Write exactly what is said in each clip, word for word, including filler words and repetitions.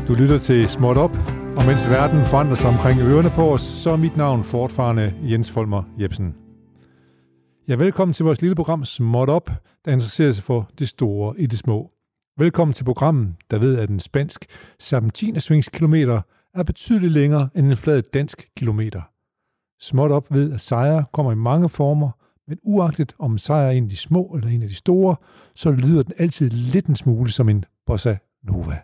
Du lytter til Småt Op, og mens verden forandrer sig omkring ørerne på os, så er mit navn fortfarande Jens Folmer Jebsen. Ja, velkommen til vores lille program Småt Op, der interesserer sig for det store i det små. Velkommen til programmet, der ved, at en spansk serpentinersvingskilometer er betydeligt længere end en flad dansk kilometer. Småt Op ved, at sejre kommer i mange former, men uagtet om sejr er en af de små eller en af de store, så lyder den altid lidt en smule som en bossa nova.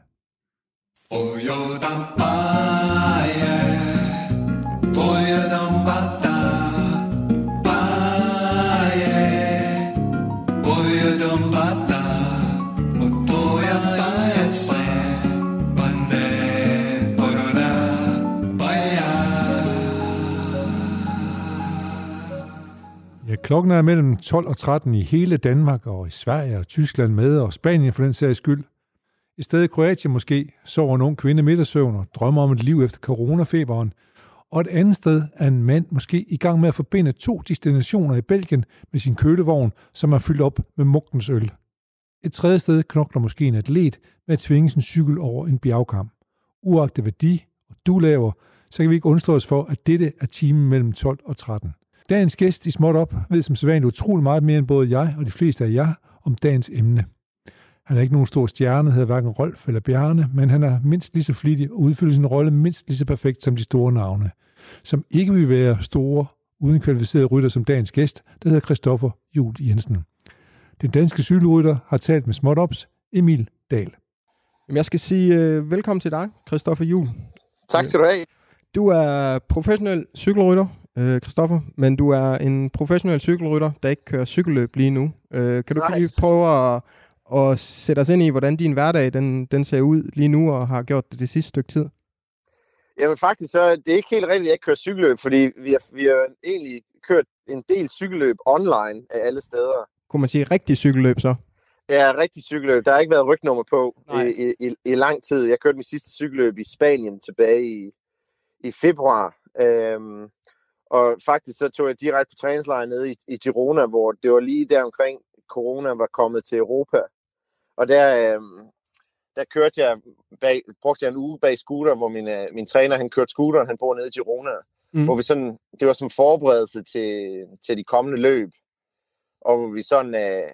Ja, klokken er mellem tolv og tretten i hele Danmark og i Sverige og Tyskland med, og Spanien for den sags skyld. I stedet Kroatien måske sover en ung kvinde middagssøvn og drømmer om et liv efter coronafeberen. Og et andet sted er en mand måske i gang med at forbinde to destinationer i Belgien med sin kølevogn, som er fyldt op med Munkens øl. Et tredje sted knokler måske en atlet med at tvinge sin cykel over en bjergkam. Uagtet hvad de og du laver, så kan vi ikke undslå os for, at dette er timen mellem tolv og tretten. Dagens gæst i Småt Op ved som sædvanligt utrolig meget mere end både jeg og de fleste af jer om dagens emne. Han er ikke nogen stor stjerne, hedder hverken Rolf eller Bjarne, men han er mindst lige så flittig og udfylder sin rolle mindst lige så perfekt som de store navne, som ikke vil være store, uden kvalificerede rytter som dagens gæst, der hedder Christoffer Juhl Jensen. Den danske cykelrytter har talt med Småt Ops Emil Dahl. Jeg skal sige uh, velkommen til dig, Christoffer Juhl. Tak skal du have. Du er professionel cykelrytter, uh, Christoffer, men du er en professionel cykelrytter, der ikke kører cykelløb lige nu. Uh, kan du Nej. lige prøve at, at sætte os ind i, hvordan din hverdag den, den ser ud lige nu, og har gjort det det sidste stykke tid? Jamen faktisk, så det er ikke helt rigtigt, at jeg ikke kører cykelløb, fordi vi har, vi har egentlig kørt en del cykelløb online af alle steder. Kunne man sige rigtig cykelløb så? Ja, rigtig cykelløb. Der har ikke været rygnummer på i, i, i lang tid. Jeg kørte min sidste cykelløb i Spanien tilbage i, i februar. Øhm, og faktisk så tog jeg direkte på træningslejr nede i, i Girona, hvor det var lige der omkring corona var kommet til Europa. Og der, øhm, der kørte jeg bag, brugte jeg en uge bag scooter, hvor min, øh, min træner, han kørte scooteren, han bor nede i Girona. Mm. Hvor vi sådan, det var som forberedelse til, til de kommende løb. Og hvor vi sådan øh,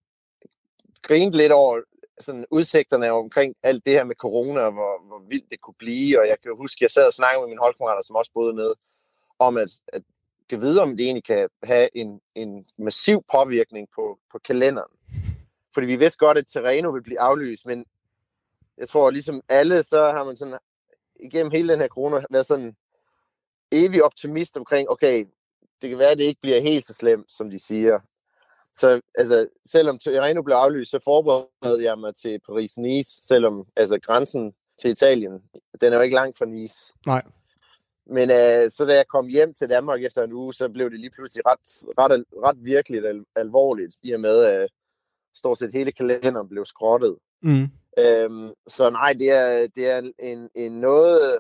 grinede lidt over sådan udsigterne omkring alt det her med corona, og hvor, hvor vildt det kunne blive. Og jeg kan huske, at jeg sad og snakkede med mine holdkammerater, som også boede nede, om at, at kan vide, om det egentlig kan have en, en massiv påvirkning på, på kalenderen. Fordi vi vidste godt, at Tirreno vil blive aflyst, men jeg tror, ligesom alle, så har man sådan igennem hele den her corona været sådan evig optimist omkring, okay, det kan være, at det ikke bliver helt så slemt, som de siger. Så altså, selvom Tirreno blev aflyst, så forberedte jeg mig til Paris-Nice, selvom altså, grænsen til Italien, den er jo ikke langt fra Nice. Nej. Men øh, så da jeg kom hjem til Danmark efter en uge, så blev det lige pludselig ret, ret, ret virkeligt al- alvorligt, i og med at øh, stort set hele kalenderen blev skrottet. Mm. Øhm, så nej, det er, det er en, en noget,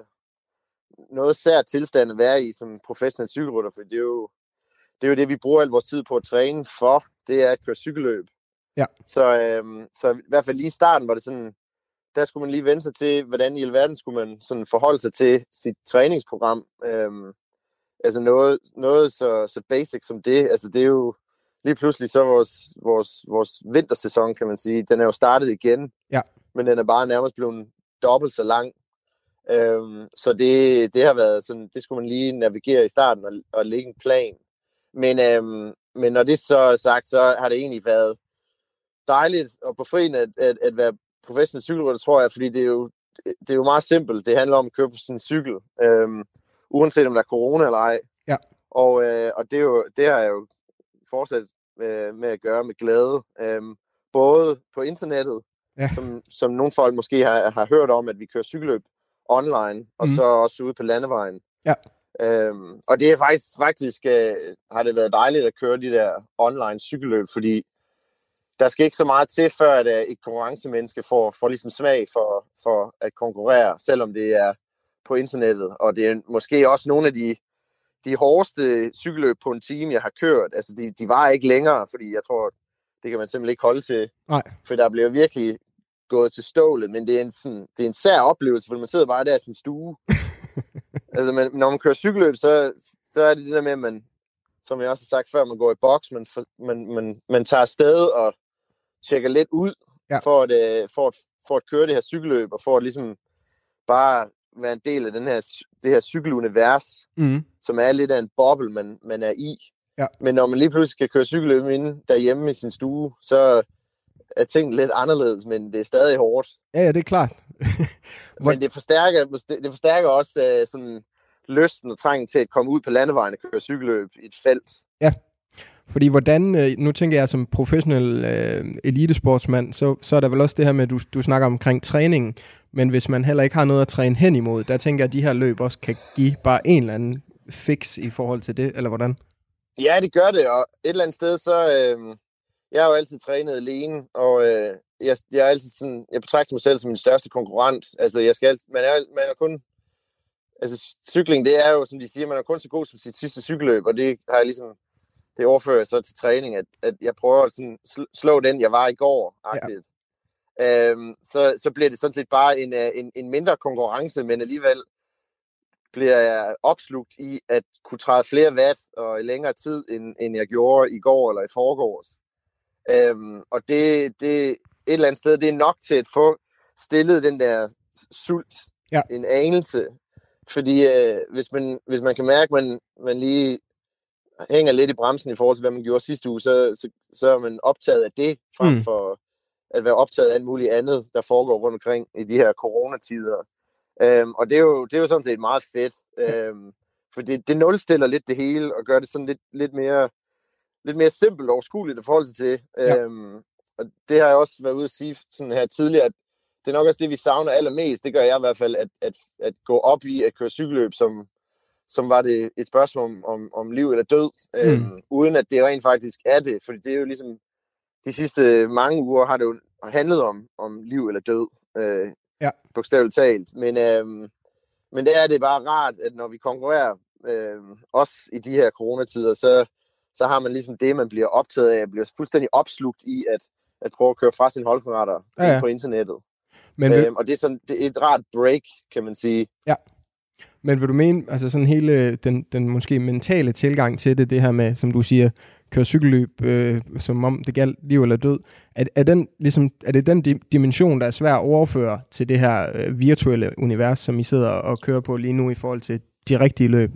noget sær tilstand at være i som professionel cykelrytter, for det er, jo, det er jo det, vi bruger al vores tid på at træne for, det er at køre cykelløb. Ja. Så, øhm, så i hvert fald lige i starten var det sådan, der skulle man lige vende sig til, hvordan i alverden skulle man sådan forholde sig til sit træningsprogram. Øhm, altså noget, noget så, så basic som det. Altså det er jo lige pludselig så vores, vores, vores vintersæson, kan man sige, den er jo startet igen. Ja. Men den er bare nærmest blevet dobbelt så lang. Øhm, så det, det har været sådan, det skulle man lige navigere i starten og, og lægge en plan. Men, øhm, men når det så er sagt, så har det egentlig været dejligt og befriende at, at, at være professionel cykelrytter, tror jeg, fordi det er, jo, det er jo meget simpelt. Det handler om at køre på sin cykel, øhm, uanset om der er corona eller ej. Ja. Og, øh, og det, er jo, det har jeg jo fortsat øh, med at gøre med glæde. Øhm, både på internettet, ja. som, som nogle folk måske har, har hørt om, at vi kører cykelløb online, og mm. så også ude på landevejen. Ja. Øhm, og det er faktisk, faktisk øh, har det været dejligt at køre de der online cykelløb, fordi der skal ikke så meget til, før at et konkurrencemenneske får, får ligesom smag for, for at konkurrere, selvom det er på internettet. Og det er måske også nogle af de, de hårdeste cykelløb på en time, jeg har kørt. Altså, de, de var ikke længere, fordi jeg tror, det kan man simpelthen ikke holde til. Nej. For der blev virkelig gået til stålet, men det er en, sådan, det er en sær oplevelse, for man sidder bare der i sin stue. Altså, man, når man kører cykelløb, så, så er det det der med, at man, som jeg også har sagt før, man går i boks, man, man, man, man tager afsted og tjekker lidt ud, ja. for, at, for, at, for at køre det her cykelløb, og for at ligesom bare være en del af den her, det her cykelunivers, mm. som er lidt af en boble, man, man er i. Ja. Men når man lige pludselig skal køre cykelløb inde derhjemme i sin stue, så er ting lidt anderledes, men det er stadig hårdt. Ja, ja, det er klart. Men det forstærker, det forstærker også uh, sådan lysten og trængen til at komme ud på landevejen og køre cykelløb i et felt. Ja, fordi hvordan, nu tænker jeg som professionel uh, elitesportsmand, så, så er der vel også det her med, at du, du snakker omkring træningen, men hvis man heller ikke har noget at træne hen imod, der tænker jeg, at de her løb også kan give bare en eller anden fix i forhold til det, eller hvordan? Ja, det gør det, og et eller andet sted, så øh, jeg har jo altid trænet alene, og øh, jeg, jeg er altid sådan, jeg betragter mig selv som min største konkurrent. Altså, jeg skal altid, man er, man er kun, altså cykling, det er jo, som de siger, man er kun så god som sit sidste cykelløb, og det har jeg ligesom, det overfører så til træning, at, at jeg prøver at sådan slå den, jeg var i går-agtigt. Ja. Øhm, så, så bliver det sådan set bare en, en, en mindre konkurrence, men alligevel bliver jeg opslugt i at kunne træde flere watt og i længere tid, end, end jeg gjorde i går eller i forgårs. Øhm, og det, det et eller andet sted, det er nok til at få stillet den der sult, ja. En anelse. Fordi øh, hvis, man, hvis man kan mærke, at man, man lige hænger lidt i bremsen i forhold til, hvad man gjorde sidste uge, så, så, så er man optaget af det, frem mm. for at være optaget af alt muligt andet, der foregår rundt omkring i de her coronatider. Øhm, og det er, jo, det er jo sådan set meget fedt, øhm, for det, det nulstiller lidt det hele, og gør det sådan lidt, lidt mere lidt mere simpelt og overskueligt i forhold til. Ja. Øhm, og det har jeg også været ude at sige sådan her tidligere, at det er nok også det, vi savner allermest. Det gør jeg i hvert fald, at, at, at gå op i at køre cykelløb, som, som var det et spørgsmål om, om, om liv eller død, mm. øhm, uden at det rent faktisk er det. Fordi det er jo ligesom, de sidste mange uger har det jo handlet om, om liv eller død, øh, ja. Bogstaveligt talt. Men, øhm, men det er det bare rart, at når vi konkurrerer, øh, også i de her coronatider, så så har man ligesom det, man bliver optaget af, bliver fuldstændig opslugt i at, at prøve at køre fra sine holdkammerater ja, ja. på internettet. Men vil... øhm, og det er, sådan, det er et rart break, kan man sige. Ja. Men vil du mene, altså sådan hele den, den måske mentale tilgang til det, det her med, som du siger, køre cykelløb, øh, som om det galt liv eller død, er, er, den, ligesom, er det den dimension, der er svær at overføre til det her øh, virtuelle univers, som I sidder og kører på lige nu i forhold til de rigtige løb?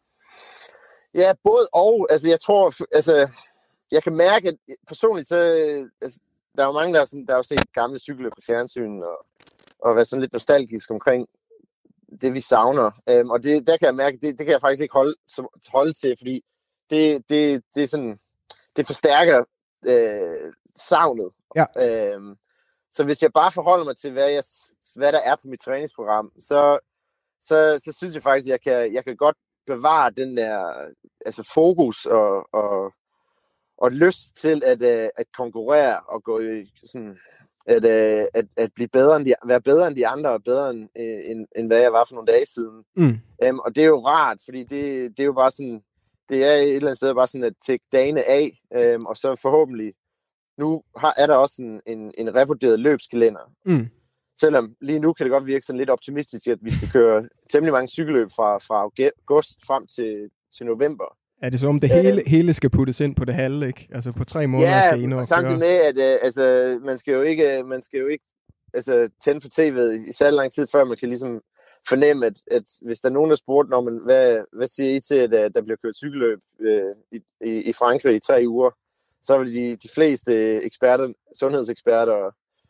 Ja, både og. Altså, jeg tror, altså, jeg kan mærke, at personligt, så, altså, der er jo mange, der er, sådan, der er jo set gamle cykelløb på fjernsynet, og, og være sådan lidt nostalgisk omkring det, vi savner. Um, og det, der kan jeg mærke, det, det kan jeg faktisk ikke holde, som, holde til, fordi det, det, det er sådan, det forstærker øh, savnet. Ja. Um, så hvis jeg bare forholder mig til, hvad, jeg, hvad der er på mit træningsprogram, så, så, så synes jeg faktisk, at jeg kan, jeg kan godt bevare den der altså fokus og, og, og lyst til at, at konkurrere og gå i sådan at, at, at blive bedre end de, være bedre end de andre og bedre end, end, end hvad jeg var for nogle dage siden. Mm. Um, og det er jo rart, fordi det, det er jo bare sådan, det er et eller andet sted bare sådan at tække dagene af, um, og så forhåbentlig nu har, er der også en, en, en revurderet løbskalender. Mm. Selvom lige nu kan det godt virke sådan lidt optimistisk, at vi skal køre temmelig mange cykelløb fra, fra august frem til, til november. Er det så om det hele, øh, hele skal puttes ind på det halve, ikke? Altså på tre måneder ja, skal I nå og samtidig med, at øh, altså, man skal jo ikke, man skal jo ikke altså, tænde for tv'et i særlig lang tid, før man kan ligesom fornemme, at, at hvis der er nogen, der spurgte, når man, hvad, hvad siger I til, at uh, der bliver kørt cykelløb øh, i, i, i Frankrig i tre uger, så vil de, de fleste eksperter, sundhedseksperter og,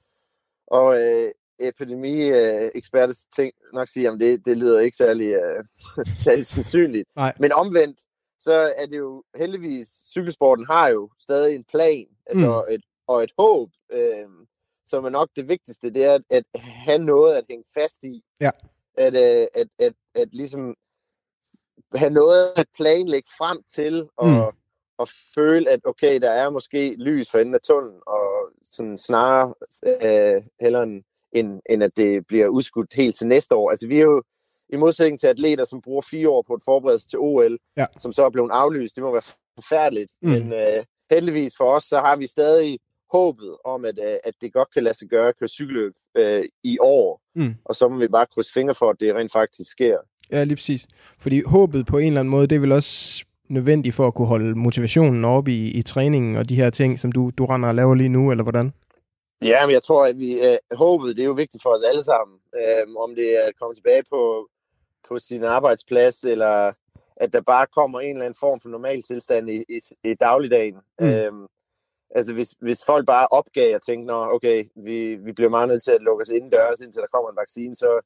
og øh, epidemi-eksperter ting nok sige, at det, det lyder ikke særlig, uh, særlig sandsynligt. Nej. Men omvendt, så er det jo heldigvis, cykelsporten har jo stadig en plan, altså mm. et, og et håb, øh, som er nok det vigtigste, det er at, at have noget at hænge fast i. Ja. At, øh, at, at, at ligesom have noget at planlægge frem til, og, mm. og føle, at okay, der er måske lys for enden af tunnelen, og sådan snarere øh, hellere end, end, end at det bliver udskudt helt til næste år. Altså vi er jo i modsætning til atleter, som bruger fire år på et forberedelse til O L, ja. Som så er blevet aflyst. Det må være forfærdeligt. Mm. Men øh, heldigvis for os, så har vi stadig håbet om, at, at det godt kan lade sig gøre at køre cykelløb øh, i år. Mm. Og så må vi bare krydse fingre for, at det rent faktisk sker. Ja, lige præcis. Fordi håbet på en eller anden måde, det er vel også nødvendigt for at kunne holde motivationen oppe i, i træningen og de her ting, som du, du render og laver lige nu, eller hvordan? Ja, men jeg tror, at vi, øh, håbet, det er jo vigtigt for os alle sammen. Øh, om det er at komme tilbage på, på sin arbejdsplads, eller at der bare kommer en eller anden form for normal tilstand i, i, i dagligdagen. Mm. Øh, altså, hvis, hvis folk bare opgav og tænkte, nå, okay, vi, vi bliver meget nødt til at lukke os indendørs, indtil der kommer en vaccine, så,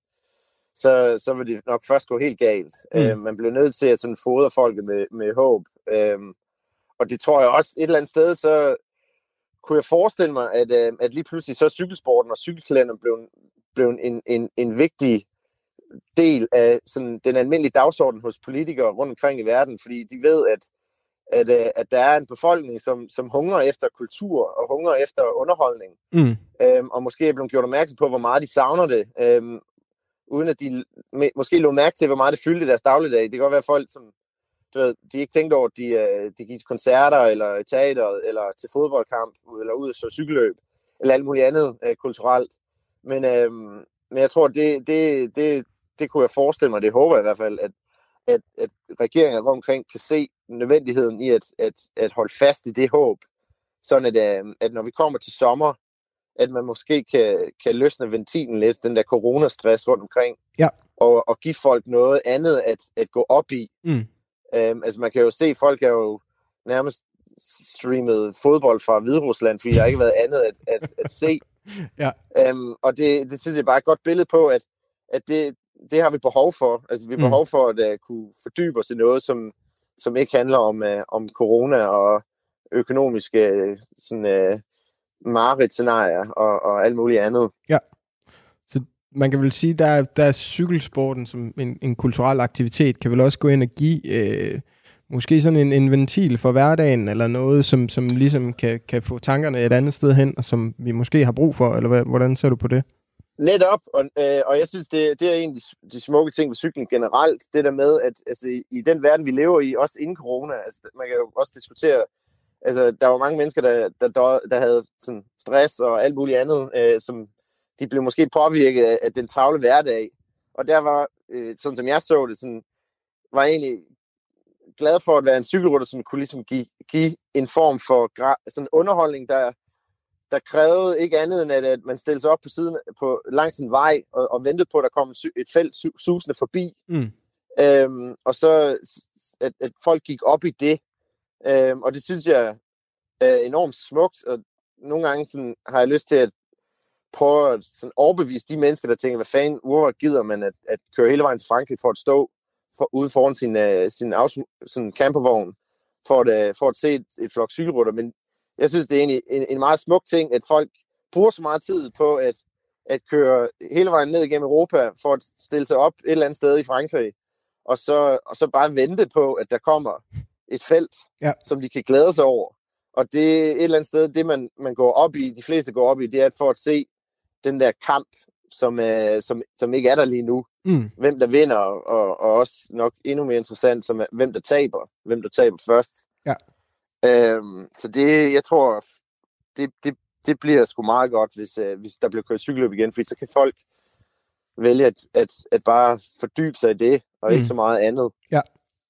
så, så vil det nok først gå helt galt. Mm. Øh, man bliver nødt til at sådan fodre folket med, med håb. Øh, og det tror jeg også et eller andet sted, så kunne jeg forestille mig, at, øh, at lige pludselig så cykelsporten og cykelkalenderen blev, blev en, en, en vigtig del af sådan, den almindelige dagsorden hos politikere rundt omkring i verden, fordi de ved, at, at, at, at der er en befolkning, som, som hungrer efter kultur og hungrer efter underholdning, mm. øhm, og måske er blevet gjort opmærksom på, hvor meget de savner det, øhm, uden at de med, måske lå mærke til, hvor meget det fyldte deres dagligdag. Det kan godt være folk, som du ved, de ikke tænkte over, at de, de gik til koncerter, eller i teateret, eller til fodboldkamp, eller ud og så cykelløb, eller alt muligt andet øh, kulturelt. Men, øh, men jeg tror, det, det, det, det kunne jeg forestille mig, det håber jeg i hvert fald, at, at, at regeringen rundt omkring kan se nødvendigheden i at, at, at holde fast i det håb, sådan at, øh, at når vi kommer til sommer, at man måske kan, kan løsne ventilen lidt, den der coronastress rundt omkring, ja. og, og give folk noget andet at, at gå op i. Mm. Um, altså man kan jo se, folk er jo nærmest streamet fodbold fra Hviderusland, fordi der ikke har været andet at, at, at se. ja. um, og det, det synes jeg bare er et godt billede på, at, at det, det har vi behov for. Altså vi har behov for at uh, kunne fordybe os i noget, som, som ikke handler om, uh, om corona og økonomiske uh, sådan, uh, mareridt-scenarier og, og alt muligt andet. Ja. Så man kan vel sige, der er, der er cykelsporten som en, en kulturel aktivitet, kan vel også gå ind og give øh, måske sådan en, en ventil for hverdagen, eller noget, som, som ligesom kan, kan få tankerne et andet sted hen, og som vi måske har brug for, eller hvordan ser du på det? Netop, og, øh, og jeg synes, det, det er en af de, de smukke ting ved cyklen generelt, det der med, at altså, i, i den verden, vi lever i, også inden corona, altså, man kan jo også diskutere, altså, der var mange mennesker, der, der, der havde sådan stress og alt muligt andet, øh, som de blev måske påvirket af, af den travle hverdag. Og der var, øh, sådan som jeg så det, sådan, var jeg egentlig glad for at være en cykelrytter, som kunne ligesom give, give en form for sådan underholdning, der, der krævede ikke andet end, at, at man stillede sig op på siden, på, langs en vej og, og ventede på, at der kom et felt su- susende forbi. Mm. Øhm, og så, at, at folk gik op i det. Øhm, og det synes jeg er enormt smukt, og nogle gange sådan, har jeg lyst til at prøve at sådan overbevise de mennesker, der tænker, hvad fanden urver gider man at, at køre hele vejen til Frankrig for at stå for, ude foran sin, uh, sin sådan campervogn for at, uh, for at se et, et flok cykelrytter. Men jeg synes, det er egentlig en, en meget smuk ting, at folk bruger så meget tid på at, at køre hele vejen ned igennem Europa for at stille sig op et eller andet sted i Frankrig, og så, og så bare vente på, at der kommer et felt, ja. Som de kan glæde sig over. Og det er et eller andet sted, det man, man går op i, de fleste går op i, det er for at se den der kamp, som, øh, som, som ikke er der lige nu. Mm. Hvem der vinder, og, og også nok endnu mere interessant, som er, hvem der taber. Hvem der taber først. Ja. Øhm, så det, jeg tror, det, det, det bliver sgu meget godt, hvis, øh, hvis der bliver kørt cykelløb igen, fordi så kan folk vælge at, at, at bare fordybe sig i det, og mm. ikke så meget andet. Ja.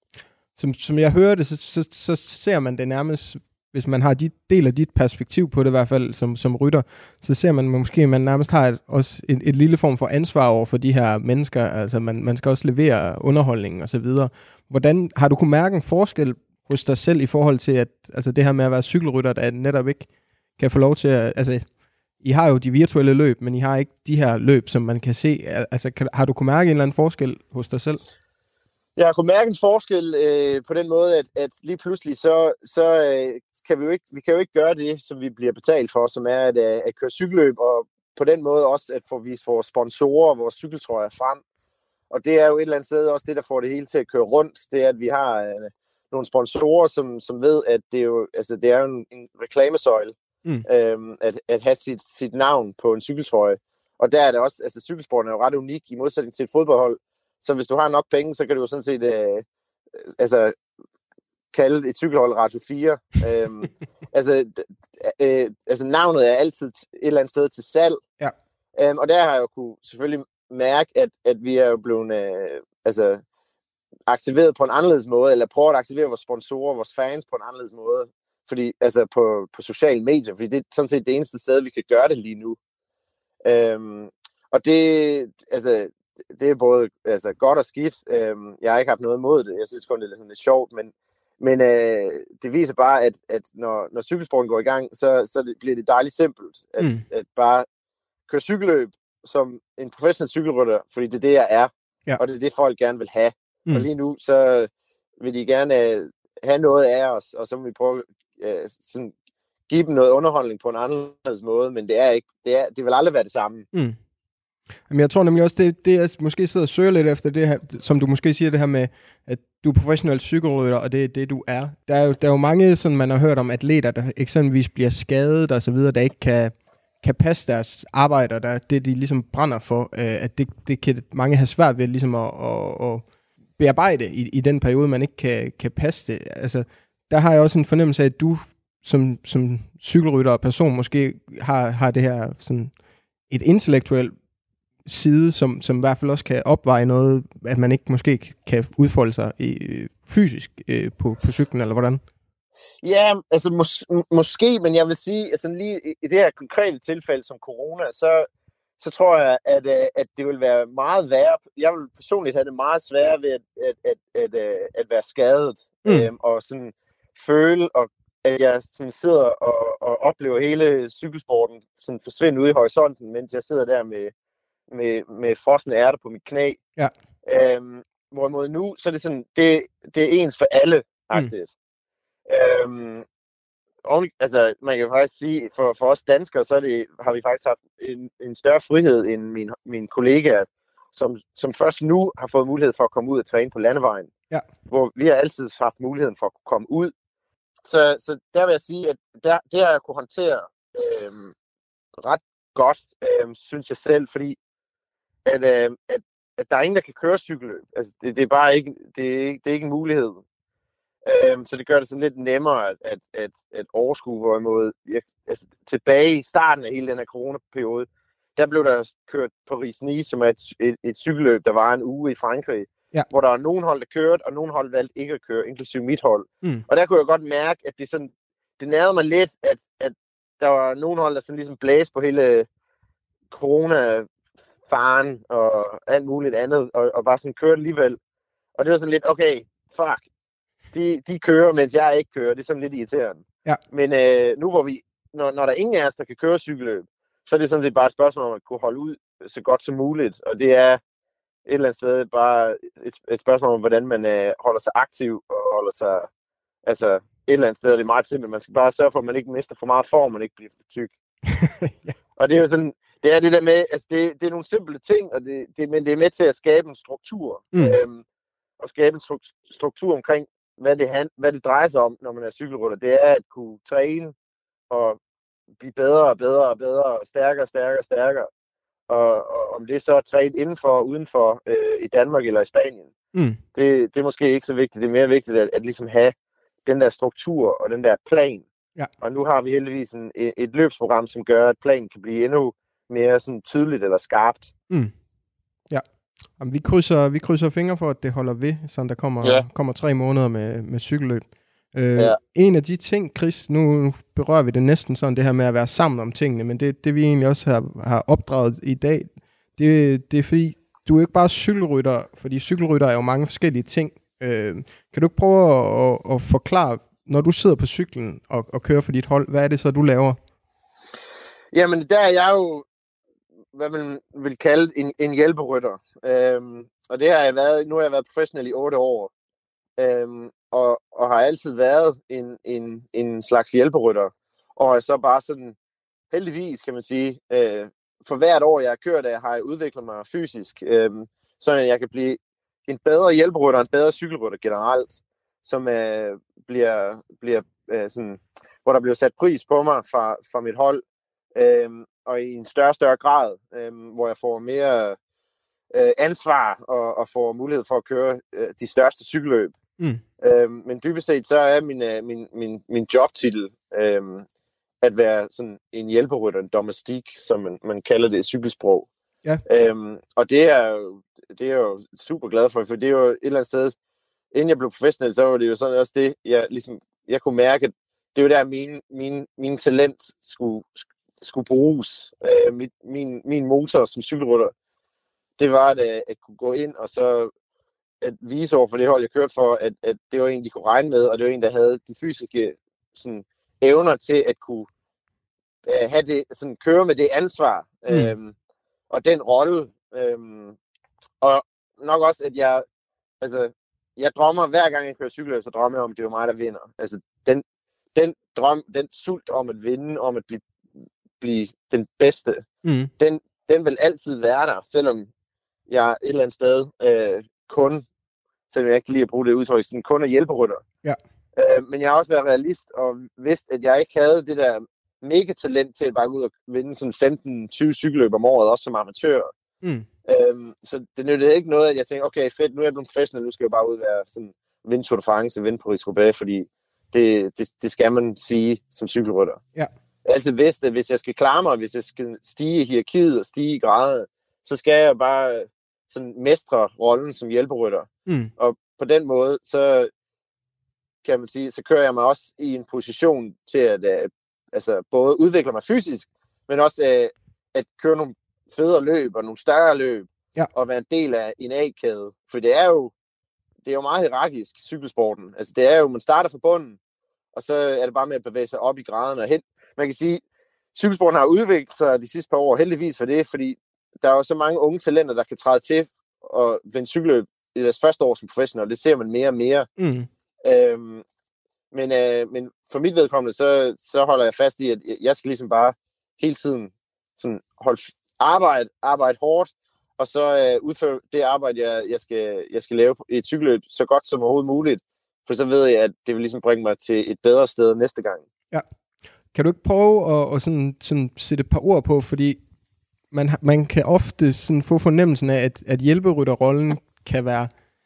Som, som jeg hører det, så, så, så ser man det nærmest, hvis man har de del af dit perspektiv på det i hvert fald, som, som rytter, så ser man måske, at man nærmest har et, også et, et lille form for ansvar over for de her mennesker. Altså man, man skal også levere underholdning og så videre. Hvordan har du kunne mærke en forskel hos dig selv i forhold til, at altså det her med at være cykelrytter, der netop ikke kan få lov til at... Altså, I har jo de virtuelle løb, men I har ikke de her løb, som man kan se. Altså, kan, har du kunne mærke en eller anden forskel hos dig selv? Jeg har kunnet mærke en forskel øh, på den måde, at, at lige pludselig så, så øh, kan vi jo ikke, vi kan jo ikke gøre det, som vi bliver betalt for, som er at, at køre cykelløb, og på den måde også at få vist vores sponsorer og vores cykeltrøjer frem. Og det er jo et eller andet sted også det, der får det hele til at køre rundt. Det er, at vi har øh, nogle sponsorer, som, som ved, at det er jo, altså, det er jo en, en reklamesøjle, mm. øhm, at, at have sit, sit navn på en cykeltrøje. Og der er det også, altså cykelsporten er jo ret unik i modsætning til et fodboldhold. Så hvis du har nok penge, så kan du jo sådan set, øh, altså, kalde et cykelhold Radio fire. øhm, altså, øh, altså, navnet er altid et eller andet sted til salg. Ja. Øhm, og der har jeg jo kunne selvfølgelig mærke, at, at vi er jo blevet øh, altså, aktiveret på en anderledes måde, eller prøver at aktivere vores sponsorer, vores fans på en anderledes måde. Fordi, altså på, på sociale medier, fordi det er sådan set det eneste sted, vi kan gøre det lige nu. Øhm, og det, altså, det er både altså, godt og skidt. Øhm, jeg har ikke haft noget imod det. Jeg synes kun, det er sådan lidt sjovt, men, men øh, det viser bare, at, at når, når cykelsporten går i gang, så, så det, bliver det dejligt simpelt. At, mm. at bare køre cykelløb som en professionel cykelrytter, fordi det er det, jeg er. Ja. Og det er det, folk gerne vil have. Mm. Og lige nu, så vil de gerne øh, have noget af os, og så må vi prøve øh, sådan, give dem noget underholdning på en anden måde, men det er ikke, det, er, det vil aldrig være det samme. Mm. Men jeg tror nemlig også, det, det jeg måske sidder og søger lidt efter, det her, som du måske siger, det her med, at du er professionel cykelrytter, og det er det, du er. Der er jo, der er jo mange, sådan man har hørt om, atleter, der eksempelvis bliver skadet og så videre, der ikke kan, kan passe deres arbejde, der det, de ligesom brænder for, øh, at det, det kan mange have svært ved ligesom at, at, at bearbejde i, i den periode, man ikke kan, kan passe det. Altså, der har jeg også en fornemmelse af, at du som, som cykelrytter og person måske har, har det her sådan et intellektuelt side, som, som i hvert fald også kan opveje noget, at man ikke måske kan udfolde sig øh, fysisk øh, på, på cyklen, eller hvordan? Ja, altså mås- måske, men jeg vil sige, altså lige i, i det her konkrete tilfælde som corona, så, så tror jeg, at, at det vil være meget værre. Jeg vil personligt have det meget sværere ved at, at, at, at, at, at være skadet, mm. øhm, og sådan føle, og at jeg sådan sidder og, og oplever hele cykelsporten sådan forsvinde ude i horisonten, mens jeg sidder der med med, med frosne ærter på mit knæ. Ja. Øhm, hvorimod nu, så er det sådan, det, det er ens for alle, aktivt. Mm. Øhm, og, altså, man kan faktisk sige, for, for os danskere, så er det, har vi faktisk haft en, en større frihed end mine, mine kollegaer, som, som først nu har fået mulighed for at komme ud og træne på landevejen. Ja. Hvor vi har altid haft muligheden for at komme ud. Så, så der vil jeg sige, at der, det har jeg kunne håndtere øhm, ret godt, øhm, synes jeg selv, fordi At, øh, at, at der er ingen, der kan køre cykelløb. Altså, det, det er bare ikke, det er ikke, det er ikke en mulighed. Øhm, så det gør det sådan lidt nemmere at, at, at, at overskue, hvorimod jeg, altså, tilbage i starten af hele den her coronaperiode, der blev der kørt Paris-Nice, som er et, et, et cykelløb, der var en uge i Frankrig, ja. Hvor der var nogen hold, der kørte, og nogen hold valgte ikke at køre, inklusive mit hold. Mm. Og der kunne jeg godt mærke, at det sådan, det nærede mig lidt, at, at der var nogen hold, der sådan ligesom blæste på hele corona faren og alt muligt andet, og, og bare sådan kørte alligevel. Og det var sådan lidt, okay, fuck, de, de kører, mens jeg ikke kører. Det er sådan lidt irriterende. Ja. Men øh, nu hvor vi, når, når der er ingen af os, der kan køre cykelløb, så er det sådan set bare et spørgsmål om at kunne holde ud så godt som muligt. Og det er et eller andet sted bare et, et spørgsmål om, hvordan man øh, holder sig aktiv og holder sig, altså et eller andet sted, det er meget simpelt. Man skal bare sørge for, at man ikke mister for meget form, man ikke bliver for tyk. Ja. Og det er jo sådan, det er det der med, altså det, det er nogle simple ting, og det, det, men det er med til at skabe en struktur. Mm. Øhm, og skabe en struktur omkring, hvad det, han, hvad det drejer sig om, når man er cykelrytter. Det er at kunne træne og blive bedre og bedre og bedre, og stærkere og stærkere og stærkere. Og, og om det så er trænet indenfor og udenfor øh, i Danmark eller i Spanien, mm. det, det er måske ikke så vigtigt. Det er mere vigtigt at, at ligesom have den der struktur og den der plan. Ja. Og nu har vi heldigvis en, et, et løbsprogram, som gør, at planen kan blive endnu mere sådan tydeligt eller skarpt. Mm. Ja. Jamen, vi krydser vi krydser fingre for, at det holder ved, så der kommer, ja. kommer tre måneder med, med cykelløb. Øh, ja. En af de ting, Chris, nu berører vi det næsten sådan, det her med at være sammen om tingene, men det, det vi egentlig også har, har opdraget i dag, det, det er fordi, du er ikke bare cykelrytter, fordi cykelrytter er jo mange forskellige ting. Øh, kan du ikke prøve at, at, at forklare, når du sidder på cyklen og, og kører for dit hold, hvad er det så, du laver? Jamen, der er jeg jo, hvad man vil kalde en, en hjælperytter. Øhm, og det har jeg været, nu har jeg været professionel i otte år. Øhm, og, og har altid været en, en, en slags hjælperytter. Og er så bare sådan, heldigvis kan man sige, øh, for hvert år jeg har kørt af, har jeg udviklet mig fysisk, øh, så jeg kan blive en bedre hjælperytter, en bedre cykelrytter generelt, som øh, bliver, bliver øh, sådan, hvor der bliver sat pris på mig fra, fra mit hold, øh, og i en større større grad, øh, hvor jeg får mere øh, ansvar og, og får mulighed for at køre øh, de største cykelløb. Mm. Øhm, men dybest set, så er min, øh, min, min, min jobtitel øhm, at være sådan en hjælperytter, en domestik, som man, man kalder det i cykelsprog. Ja. Øhm, og det er, jo, det er jeg jo super glad for, for det er jo et eller andet sted, inden jeg blev professionel, så var det jo sådan også det, jeg, ligesom, jeg kunne mærke, at det var der, min, min, min talent skulle, skulle bruges. Øh, min, min, min motor som cykelrytter, det var at, at kunne gå ind og så at vise over for det hold, jeg kørte for, at, at det var en, de kunne regne med, og det var en, der havde de fysiske sådan, evner til at kunne uh, have det, sådan, køre med det ansvar, mm. øhm, og den rolle. Øhm, og nok også, at jeg, altså, jeg drømmer, hver gang jeg kører cykelløb, så drømmer jeg om, at det er mig, der vinder. Altså, den, den drøm, den sult om at vinde, om at blive, blive den bedste, mm. den, den vil altid være der, selvom jeg et eller andet sted øh, kun, selvom jeg ikke lige at bruge det udtryk, sådan kun er hjælperytter. Ja. Øh, men jeg har også været realist og vidst, at jeg ikke havde det der mega talent til at bare gå ud og vinde sådan femten tyve cykelløb om året, også som amatør. Mm. Øhm, så det nyttede ikke noget, at jeg tænkte, okay, fedt, nu er jeg blevet professionel, nu skal jeg bare ud og være sådan, vinde Tour de France, vinde Paris-Roubaix, fordi det, det, det skal man sige som cykelrytter. Ja. Jeg har altid vidst, at hvis jeg skal klare mig, hvis jeg skal stige i hierarkiet og stige i grader, så skal jeg bare sådan mestre rollen som hjælperytter. Mm. Og på den måde, så kan man sige, så kører jeg mig også i en position til at uh, altså, både udvikle mig fysisk, men også uh, at køre nogle federe løb og nogle større løb, ja. Og være en del af en A-kæde. For det er jo det er jo meget hierarkisk, cykelsporten. Altså det er jo, man starter fra bunden, og så er det bare med at bevæge sig op i graderne. Og hen. Man kan sige, cykelsporten har udviklet sig de sidste par år, heldigvis for det, fordi der er jo så mange unge talenter, der kan træde til og vinde cykelløb i deres første år som professional. Det ser man mere og mere. Mm. Øhm, men, øh, men for mit vedkommende, så, så holder jeg fast i, at jeg skal ligesom bare hele tiden sådan holde arbejde, arbejde hårdt, og så øh, udføre det arbejde, jeg, jeg, skal, jeg skal lave i et cykelløb så godt som overhovedet muligt. For så ved jeg, at det vil ligesom bringe mig til et bedre sted næste gang. Ja. Kan du ikke prøve at, at sådan, sådan sætte et par ord på, fordi man, man kan ofte sådan få fornemmelsen af, at, at hjælperytterrollen kan være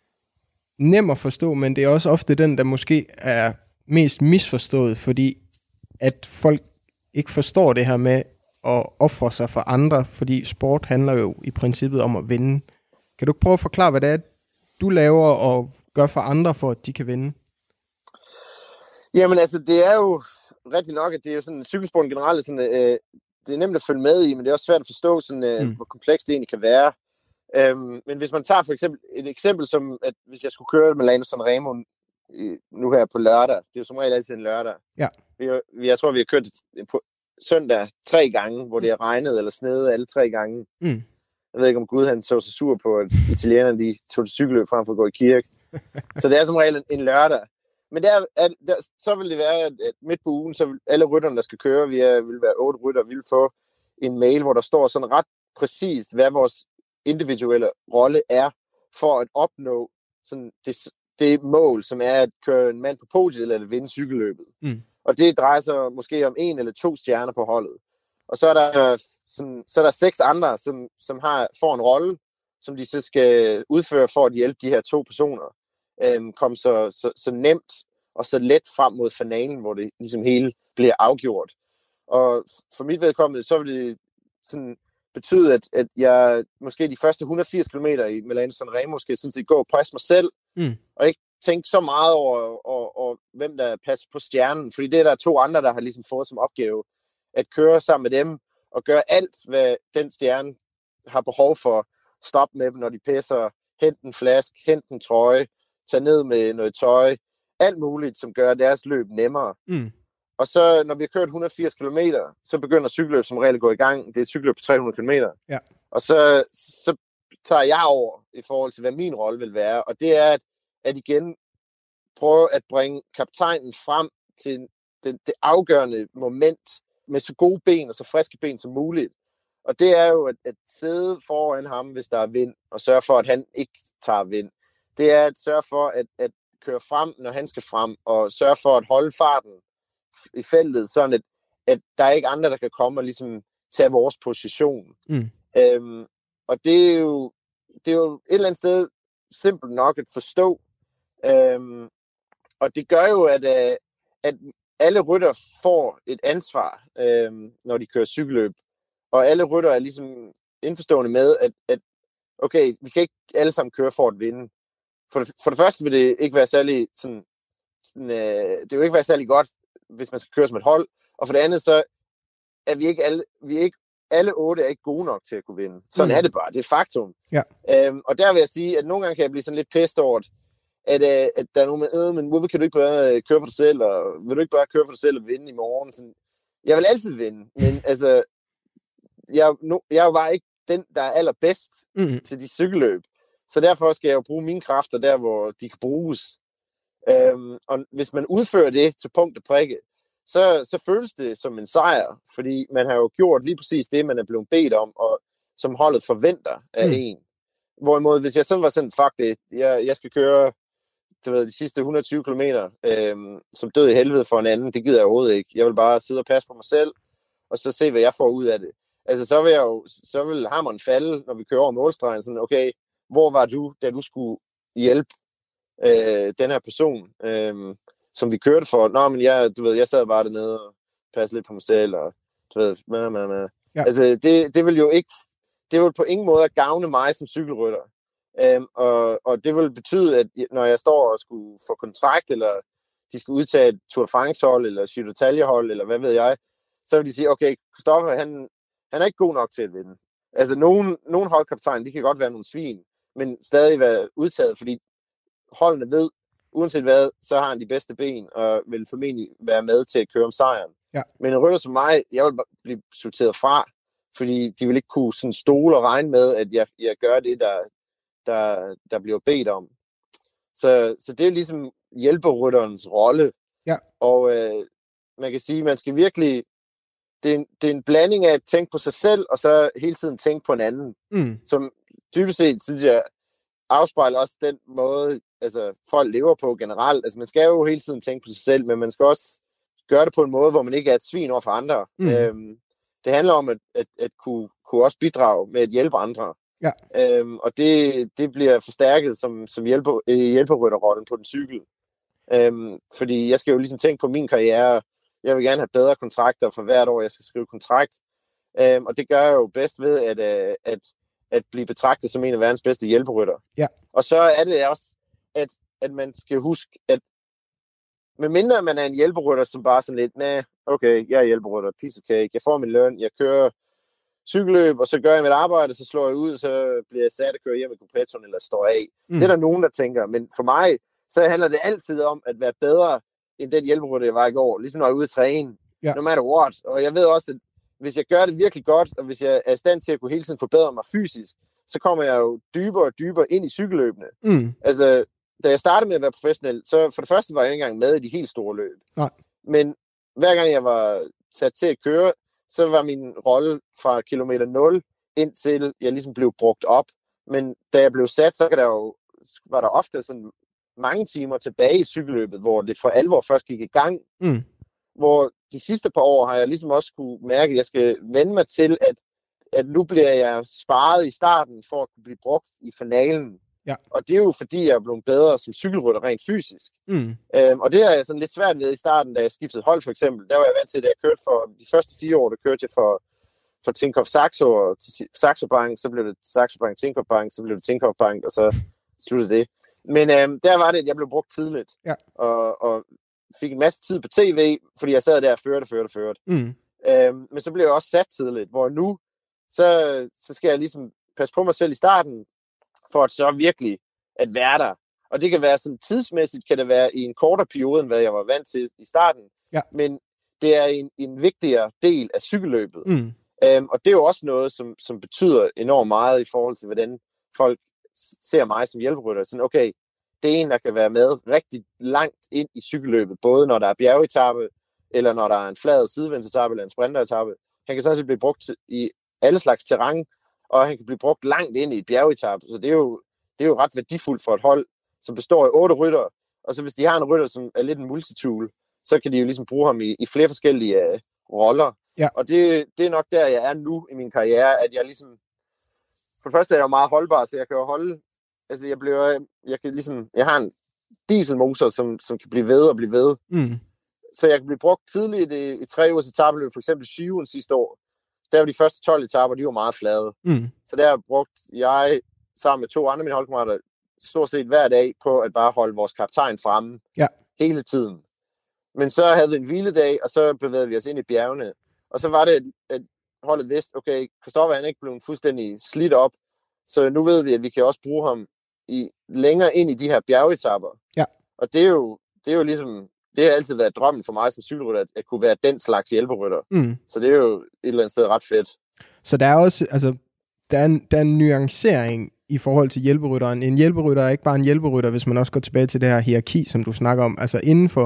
nem at forstå, men det er også ofte den, der måske er mest misforstået, fordi at folk ikke forstår det her med at ofre sig for andre, fordi sport handler jo i princippet om at vinde. Kan du ikke prøve at forklare, hvad det er, du laver og gør for andre, for at de kan vinde? Jamen altså, det er jo rigtig nok, at det er jo sådan, cykelsporten generelt, sådan, øh, det er nemt at følge med i, men det er også svært at forstå, sådan, øh, mm. hvor komplekst det egentlig kan være. Øhm, men hvis man tager for eksempel et eksempel som, at hvis jeg skulle køre med Milano Sanremo nu her på lørdag, det er jo som regel altid en lørdag. Ja. Vi, vi, jeg tror, vi har kørt på søndag tre gange, hvor det er regnet eller snedet alle tre gange. Mm. Jeg ved ikke, om Gud han så sig sur på, at italienerne de tog til cykelløb frem for at gå i kirke. Så det er som regel en, en lørdag. Men der, er, der, så vil det være, at midt på ugen, så vil alle rytterne, der skal køre, vi er, vil være otte rytter, vil få en mail, hvor der står sådan ret præcist, hvad vores individuelle rolle er, for at opnå sådan det, det mål, som er at køre en mand på podiet, eller at vinde cykelløbet. Mm. Og det drejer sig måske om en eller to stjerner på holdet. Og så er der, sådan, så er der seks andre, som, som har, får en rolle, som de så skal udføre for at hjælpe de her to personer. Øhm, komme så, så, så nemt og så let frem mod finalen, hvor det ligesom hele bliver afgjort. Og for mit vedkommende, så vil det sådan betyde, at, at jeg måske de første et hundrede og firs kilometer i Milano Sanremo skal sådan set gå og presse mig selv, mm. og ikke tænke så meget over, over, over, hvem der passer på stjernen, fordi det er der to andre, der har ligesom fået som opgave at køre sammen med dem, og gøre alt, hvad den stjerne har behov for. Stop med dem, når de pisser, hent en flaske, hent en trøje, tage ned med noget tøj, alt muligt, som gør deres løb nemmere. Mm. Og så, når vi har kørt et hundrede og firs kilometer, så begynder cykelløb som regel at gå i gang. Det er et cykelløb på tre hundrede kilometer. Ja. Og så, så tager jeg over i forhold til, hvad min rolle vil være. Og det er, at, at igen prøve at bringe kaptajnen frem til det, det afgørende moment med så gode ben og så friske ben som muligt. Og det er jo at, at sidde foran ham, hvis der er vind, og sørge for, at han ikke tager vind. Det er at sørge for at, at køre frem, når han skal frem, og sørge for at holde farten i feltet, sådan at, at der er ikke andre, der kan komme og ligesom tage vores position. Mm. Øhm, og det er, jo, det er jo et eller andet sted simpelt nok at forstå. Øhm, og det gør jo, at, øh, at alle rytter får et ansvar, øh, når de kører cykelløb. Og alle rytter er ligesom indforstående med, at, at okay, vi kan ikke alle sammen køre for at vinde. For det, for det første vil det ikke være særlig sådan, sådan øh, det vil ikke være særlig godt, hvis man skal køre som et hold. Og for det andet, så er vi ikke alle, vi er ikke, alle otte er ikke gode nok til at kunne vinde. Sådan mm. er det bare. Det er et faktum. Ja. Øhm, og der vil jeg sige, at nogle gange kan jeg blive sådan lidt pest over, at, øh, at der er nogen med, øh, men hvorfor kan du ikke bare køre for dig selv, og vil du ikke bare køre for dig selv og vinde i morgen? Sådan, jeg vil altid vinde, men altså, jeg, no, jeg er jo bare ikke den, der er allerbedst mm. til de cykelløb. Så derfor skal jeg jo bruge mine kræfter der, hvor de kan bruges. Øhm, og hvis man udfører det til punkt og prikke, så, så føles det som en sejr, fordi man har jo gjort lige præcis det, man er blevet bedt om, og som holdet forventer af mm. en. Hvorimod, hvis jeg sådan var sådan, fuck det, jeg, jeg skal køre du ved, de sidste et hundrede og tyve kilometer øhm, som død i helvede for en anden, det gider jeg overhovedet ikke. Jeg vil bare sidde og passe på mig selv, og så se, hvad jeg får ud af det. Altså, så vil jeg jo, så vil hammeren falde, når vi kører over målstregen, sådan, okay, hvor var du, da du skulle hjælpe øh, den her person, øh, som vi kørte for? Nå, men jeg, du ved, jeg sad bare dernede og passede lidt på mig selv, og du ved, mæ, mæ, mæ. Ja. Altså, det, det vil jo ikke, det vil på ingen måde at gavne mig som cykelrytter. Um, og, og det vil betyde, at når jeg står og skulle få kontrakt, eller de skal udtage et Tour de France-hold, eller Giro d'Italia-hold, eller hvad ved jeg, så vil de sige, okay, Christopher, han, han er ikke god nok til at vinde. Altså, nogle, nogle holdkaptajner, de kan godt være nogle svin, men stadig være udtaget, fordi holdene ved, uanset hvad, så har han de bedste ben, og vil formentlig være med til at køre om sejren. Ja. Men en rytter som mig, jeg vil blive sorteret fra, fordi de vil ikke kunne sådan stole og regne med, at jeg, jeg gør det, der, der, der bliver bedt om. Så, så det er ligesom hjælperytterens rolle. Ja. Og øh, man kan sige, man skal virkelig, det er, en, det er en blanding af at tænke på sig selv, og så hele tiden tænke på en anden. Mm. Som dybest set, synes jeg, afspejler også den måde, altså folk lever på generelt. Altså man skal jo hele tiden tænke på sig selv, men man skal også gøre det på en måde, hvor man ikke er et svin over for andre. Mm. Øhm, det handler om at, at, at kunne, kunne også bidrage med at hjælpe andre. Ja. Øhm, og det, det bliver forstærket som, som hjælper, hjælperytterrollen på den cykel. Øhm, fordi jeg skal jo ligesom tænke på min karriere. Jeg vil gerne have bedre kontrakter for hvert år, jeg skal skrive kontrakt. Øhm, og det gør jeg jo bedst ved at, at, at, at blive betragtet som en af verdens bedste hjælperytter. Ja. Og så er det også, at, at man skal huske, at medmindre man er en hjælperytter, som bare sådan lidt, nej, okay, jeg er hjælperytter, piece of cake, jeg får min løn, jeg kører cykelløb, og så gør jeg mit arbejde, så slår jeg ud, så bliver jeg sat og kører hjem med kupetonen, eller står af. Mm. Det er der nogen, der tænker, men for mig, så handler det altid om at være bedre, end den hjælperytter, jeg var i går. Ligesom når jeg er ude at træne, ja. No matter what. Og jeg ved også, at hvis jeg gør det virkelig godt, og hvis jeg er i stand til at kunne hele tiden forbedre mig fysisk, så kommer jeg jo dybere og dybere ind i cykelløbene. Mm. Altså, da jeg startede med at være professionel, så for det første var jeg ikke engang med i de helt store løb. Nej. Men hver gang jeg var sat til at køre, så var min rolle fra kilometer nul indtil jeg ligesom blev brugt op. Men da jeg blev sat, så der jo, var der ofte sådan mange timer tilbage i cykelløbet, hvor det for alvor først gik i gang. Mm. Hvor de sidste par år har jeg ligesom også kunne mærke, at jeg skal vende mig til, at, at nu bliver jeg sparet i starten for at kunne blive brugt i finalen. Ja. Og det er jo fordi, jeg er blevet bedre som cykelrytter rent fysisk. Mm. Øhm, og det er jeg sådan lidt svært ved i starten, da jeg skiftede hold for eksempel. Der var jeg vant til, da jeg kørte for de første fire år, der kørte jeg for, for Tinkoff Saxo og Saxo Bank, så blev det Saxo Bank, Tinkoff Bank, så blev det Tinkoff Bank, og så sluttede det. Men øhm, der var det, at jeg blev brugt tidligt, ja. og, og fik en masse tid på tv, fordi jeg sad der og førte, førte, førte. Mm. Øhm, men så blev jeg også sat tidligt, hvor nu, så, så skal jeg ligesom passe på mig selv i starten, for at så virkelig at være der. Og det kan være sådan tidsmæssigt, kan det være i en kortere periode, end hvad jeg var vant til i starten. Ja. Men det er en, en vigtigere del af cykelløbet. Mm. Øhm, og det er jo også noget, som, som betyder enormt meget i forhold til, hvordan folk ser mig som hjælperytter. Sådan, okay, det er en, der kan være med rigtig langt ind i cykelløbet, både når der er bjergetappe, eller når der er en flad sidevendsetappe, eller en sprinteretappe. Han kan sådan blive brugt i alle slags terræn, og han kan blive brugt langt ind i et bjergetappe. Så det er jo, det er jo ret værdifuldt for et hold, som består af otte rytter. Og så hvis de har en rytter, som er lidt en multitool, så kan de jo ligesom bruge ham i, i flere forskellige uh, roller. Ja. Og det, det er nok der, jeg er nu i min karriere, at jeg ligesom... For det første er jeg jo meget holdbar, så jeg kan jo holde... Altså, jeg bliver... Jeg kan ligesom... Jeg har en dieselmotor, som, som kan blive ved og blive ved. Mm. Så jeg kan blive brugt tidligt i, i tre ugers etapeløb, for eksempel Skiven sidste år. Der var de første tolv etaper, de var meget flade. Mm. Så der brugte jeg sammen med to andre af mine holdkammerater stort set hver dag på at bare holde vores kaptajn fremme ja. hele tiden. Men så havde vi en hviledag, og så bevægede vi os ind i bjergene. Og så var det, at holdet vidste, okay, Kristoffer han er ikke blevet fuldstændig slidt op, så nu ved vi, at vi kan også bruge ham i, længere ind i de her bjergetapper. Ja. Og det er jo, det er jo ligesom, det har altid været drømmen for mig som cykelrytter, at, at kunne være den slags hjælperytter. Mm. Så det er jo et eller andet sted ret fedt. Så der er også, altså, der er en, der er en nuancering i forhold til hjælperytteren. En hjælperytter er ikke bare en hjælperytter, hvis man også går tilbage til det her hierarki, som du snakker om. Altså inden for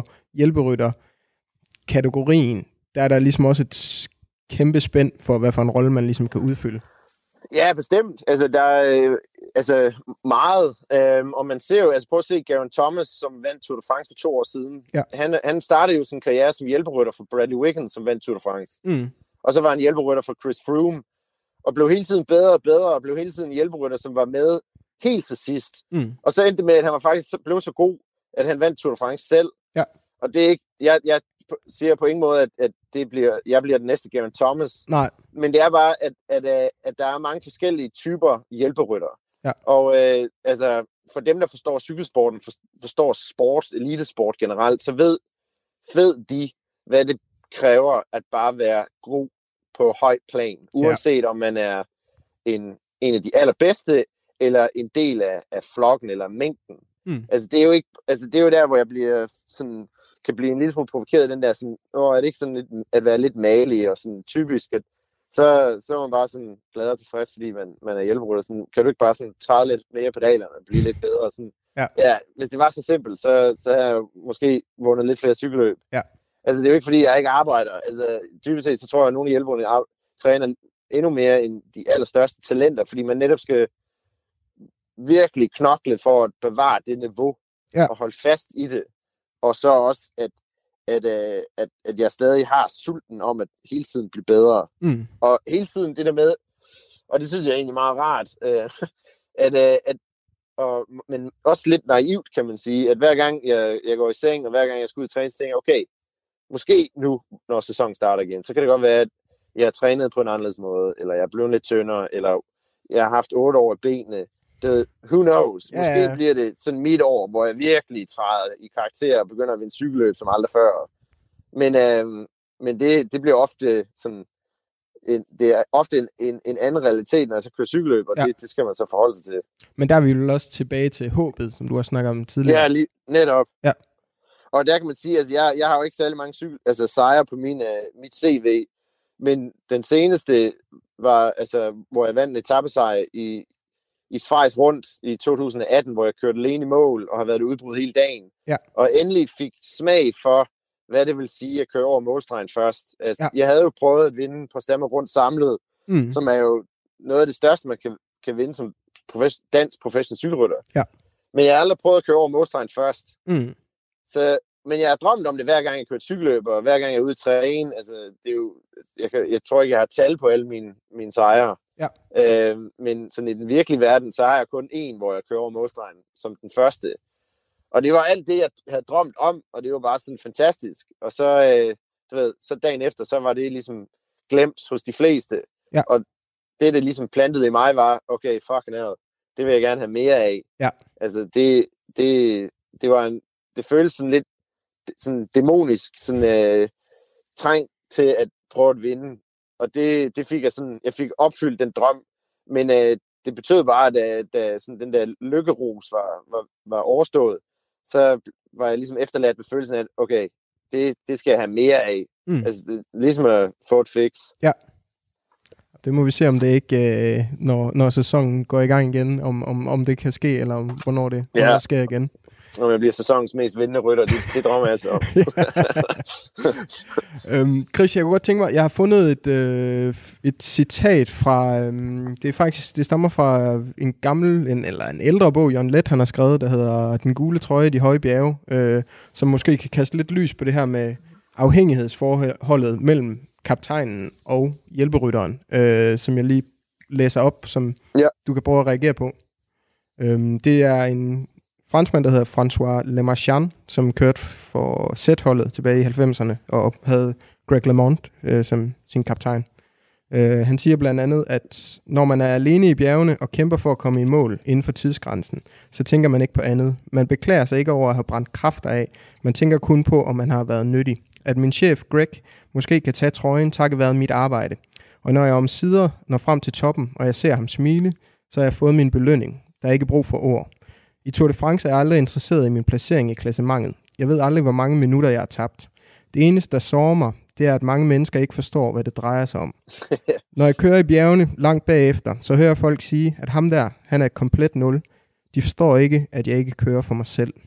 hjælperytter-kategorien, der er der ligesom også et kæmpe spænd for, hvad for en rolle man ligesom kan udfylde. Ja, bestemt. Altså, der er øh, altså, meget. Øhm, og man ser jo, altså prøv at se Geraint Thomas, som vandt Tour de France for to år siden. Ja. Han, han startede jo sin karriere som hjælperytter for Bradley Wiggins, som vandt Tour de France. Mm. Og så var han hjælperytter for Chris Froome, og blev hele tiden bedre og bedre, og blev hele tiden hjælperytter, som var med helt til sidst. Mm. Og så endte det med, at han var faktisk blevet så god, at han vandt Tour de France selv. Ja. Og det er ikke, jeg, jeg siger på ingen måde, at, at det bliver, jeg bliver den næste Geraint Thomas. Nej. Men det er bare, at, at, at, at der er mange forskellige typer hjælperytter. Ja. Og øh, altså, for dem, der forstår cykelsporten, for, forstår sport, elitesport generelt, så ved, ved de, hvad det kræver at bare være god på højt plan. Uanset ja. om man er en, en af de allerbedste, eller en del af, af flokken, eller mængden. Mm. Altså, det er jo ikke, altså, det er jo der, hvor jeg bliver sådan, kan blive en lille smule provokeret, den der sådan, åh, er det ikke sådan lidt, at være lidt malig, og sådan typisk, at så, så er man bare sådan glad og tilfreds, fordi man, man er hjælperytter. Sådan, kan du ikke bare sådan træde lidt mere på pedalerne og blive lidt bedre? Sådan, ja. ja, hvis det var så simpelt, så, så har jeg måske vundet lidt flere cykelløb. Ja. Altså, det er jo ikke, fordi jeg ikke arbejder. Altså, typisk set, så tror jeg, at nogle af hjælperytterne træner endnu mere end de allerstørste talenter, fordi man netop skal virkelig knokle for at bevare det niveau, ja. og holde fast i det. Og så også, at, at, at, at, at jeg stadig har sulten om at hele tiden blive bedre. Mm. Og hele tiden det der med, og det synes jeg er egentlig meget rart, øh, at, at, og, men også lidt naivt, kan man sige, at hver gang jeg, jeg går i seng, og hver gang jeg skal ud i træning, så tænker jeg, okay, måske nu, når sæsonen starter igen, så kan det godt være, at jeg har trænet på en anderledes måde, eller jeg er blevet lidt tyndere, eller jeg har haft otte år i benene. Det, who knows? Måske ja, ja. bliver det sådan mit år, hvor jeg virkelig træder i karakter og begynder at vinde cykelløb som aldrig før. Men, øh, men det, det bliver ofte sådan, en, det er ofte en, en, en anden realitet, når jeg så kører cykelløb, og ja. det, det skal man så forholde sig til. Men der er vi jo også tilbage til håbet, som du også snakker om tidligere. Ja, lige, netop. Ja. Og der kan man sige, altså jeg, jeg har jo ikke særlig mange cykel, altså sejre på min, uh, mit C V, men den seneste var, altså, hvor jeg vandt en etapesejr i i Schweiz rundt i to tusind atten, hvor jeg kørte alene i mål og har været udbrud hele dagen. Ja. Og endelig fik smag for, hvad det vil sige at køre over målstregen først. Altså, ja. Jeg havde jo prøvet at vinde på Stammer rundt samlet, mm. som er jo noget af det største, man kan, kan vinde som profes- dansk professionel cykelrytter. Ja. Men jeg har aldrig prøvet at køre over målstregen først. Mm. Så, men jeg har drømt om det, hver gang jeg kører cykelløb, og hver gang jeg er ude at træne. Altså, det er jo, jeg, kan, jeg tror ikke, jeg har tal på alle mine, mine sejre. Ja. Øh, men sådan i den virkelige verden, så har jeg kun én, hvor jeg kører over målstregen som den første. Og det var alt det, jeg havde drømt om, og det var bare sådan fantastisk. Og så, øh, du ved, så dagen efter, så var det ligesom glemt hos de fleste. Ja. Og det, det ligesom plantede i mig, var, okay, fucking hell, det vil jeg gerne have mere af. Ja. Altså, det, det, det var en, det føltes sådan lidt sådan dæmonisk, sådan øh, trang til at prøve at vinde. Og det, det fik jeg sådan, jeg fik opfyldt den drøm, men øh, det betød bare, at da, da sådan den der lykkerus var, var, var overstået, så var jeg ligesom efterladt med følelsen af, at okay, det, det skal jeg have mere af. Mm. Altså, det, ligesom at få et fix. Ja. Det må vi se, om det ikke, øh, når, når sæsonen går i gang igen, om, om, om det kan ske, eller om, hvornår det, hvornår ja. det sker igen. Når jeg bliver sæsonens mest vindende rytter, det, det drømmer jeg altså om. øhm, Chris, jeg kunne godt tænke mig, jeg har fundet et, øh, et citat fra, øhm, det er faktisk, det stammer fra en gammel, en, eller en ældre bog, Jørgen Leth, han har skrevet, der hedder Den gule trøje i de høje bjerge, øh, som måske kan kaste lidt lys på det her med afhængighedsforholdet mellem kaptajnen og hjælperytteren, øh, som jeg lige læser op, som ja. du kan prøve at reagere på. Øhm, det er en franskmand, der hedder François Lemarchand, som kørte for Z-holdet tilbage i halvfemserne, og havde Greg LeMond øh, som sin kaptajn. Øh, han siger blandt andet, at når man er alene i bjergene og kæmper for at komme i mål inden for tidsgrænsen, så tænker man ikke på andet. Man beklager sig ikke over at have brændt kræfter af. Man tænker kun på, om man har været nyttig. At min chef, Greg, måske kan tage trøjen takket være mit arbejde. Og når jeg omsider når frem til toppen, og jeg ser ham smile, så har jeg fået min belønning. Der er ikke brug for ord. I Tour de France er jeg aldrig interesseret i min placering i klassementet. Jeg ved aldrig, hvor mange minutter jeg har tabt. Det eneste, der sårer mig, det er, at mange mennesker ikke forstår, hvad det drejer sig om. Når jeg kører i bjergene langt bagefter, så hører jeg folk sige, at ham der, han er et komplet nul. De forstår ikke, at jeg ikke kører for mig selv.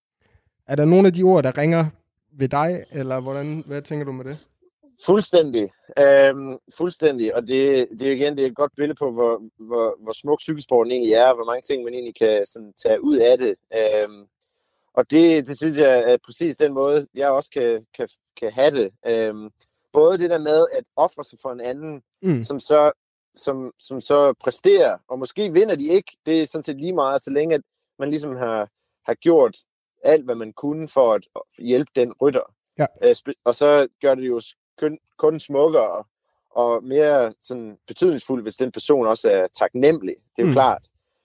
Er der nogle af de ord, der ringer ved dig, eller hvordan, hvad tænker du med det? Fuldstændig. Øhm, fuldstændig. Og det, det er igen det er et godt billede på, hvor, hvor, hvor smuk cykelsporten egentlig er, og hvor mange ting man egentlig kan sådan, tage ud af det. Øhm, og det, det synes jeg er præcis den måde, jeg også kan, kan, kan have det. Øhm, både det der med at ofre sig for en anden, mm. som, så, som, som så præsterer, og måske vinder de ikke, det er sådan set lige meget, så længe at man ligesom har, har gjort alt, hvad man kunne for at hjælpe den rytter. Ja. Øh, og så gør det jo kun, kun smukkere og mere sådan betydningsfuldt, hvis den person også er taknemmelig. Det er jo mm. klart.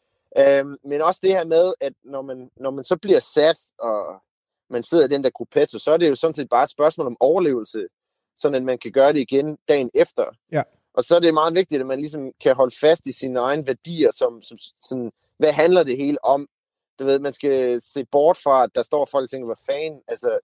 Øhm, men også det her med, at når man, når man så bliver sat, og man sidder i den der gruppetto, så er det jo sådan set bare et spørgsmål om overlevelse, sådan at man kan gøre det igen dagen efter. Ja. Og så er det meget vigtigt, at man ligesom kan holde fast i sine egne værdier, som, som sådan, hvad handler det hele om? Du ved, man skal se bort fra, at der står folk og tænker, hvad fanden, altså,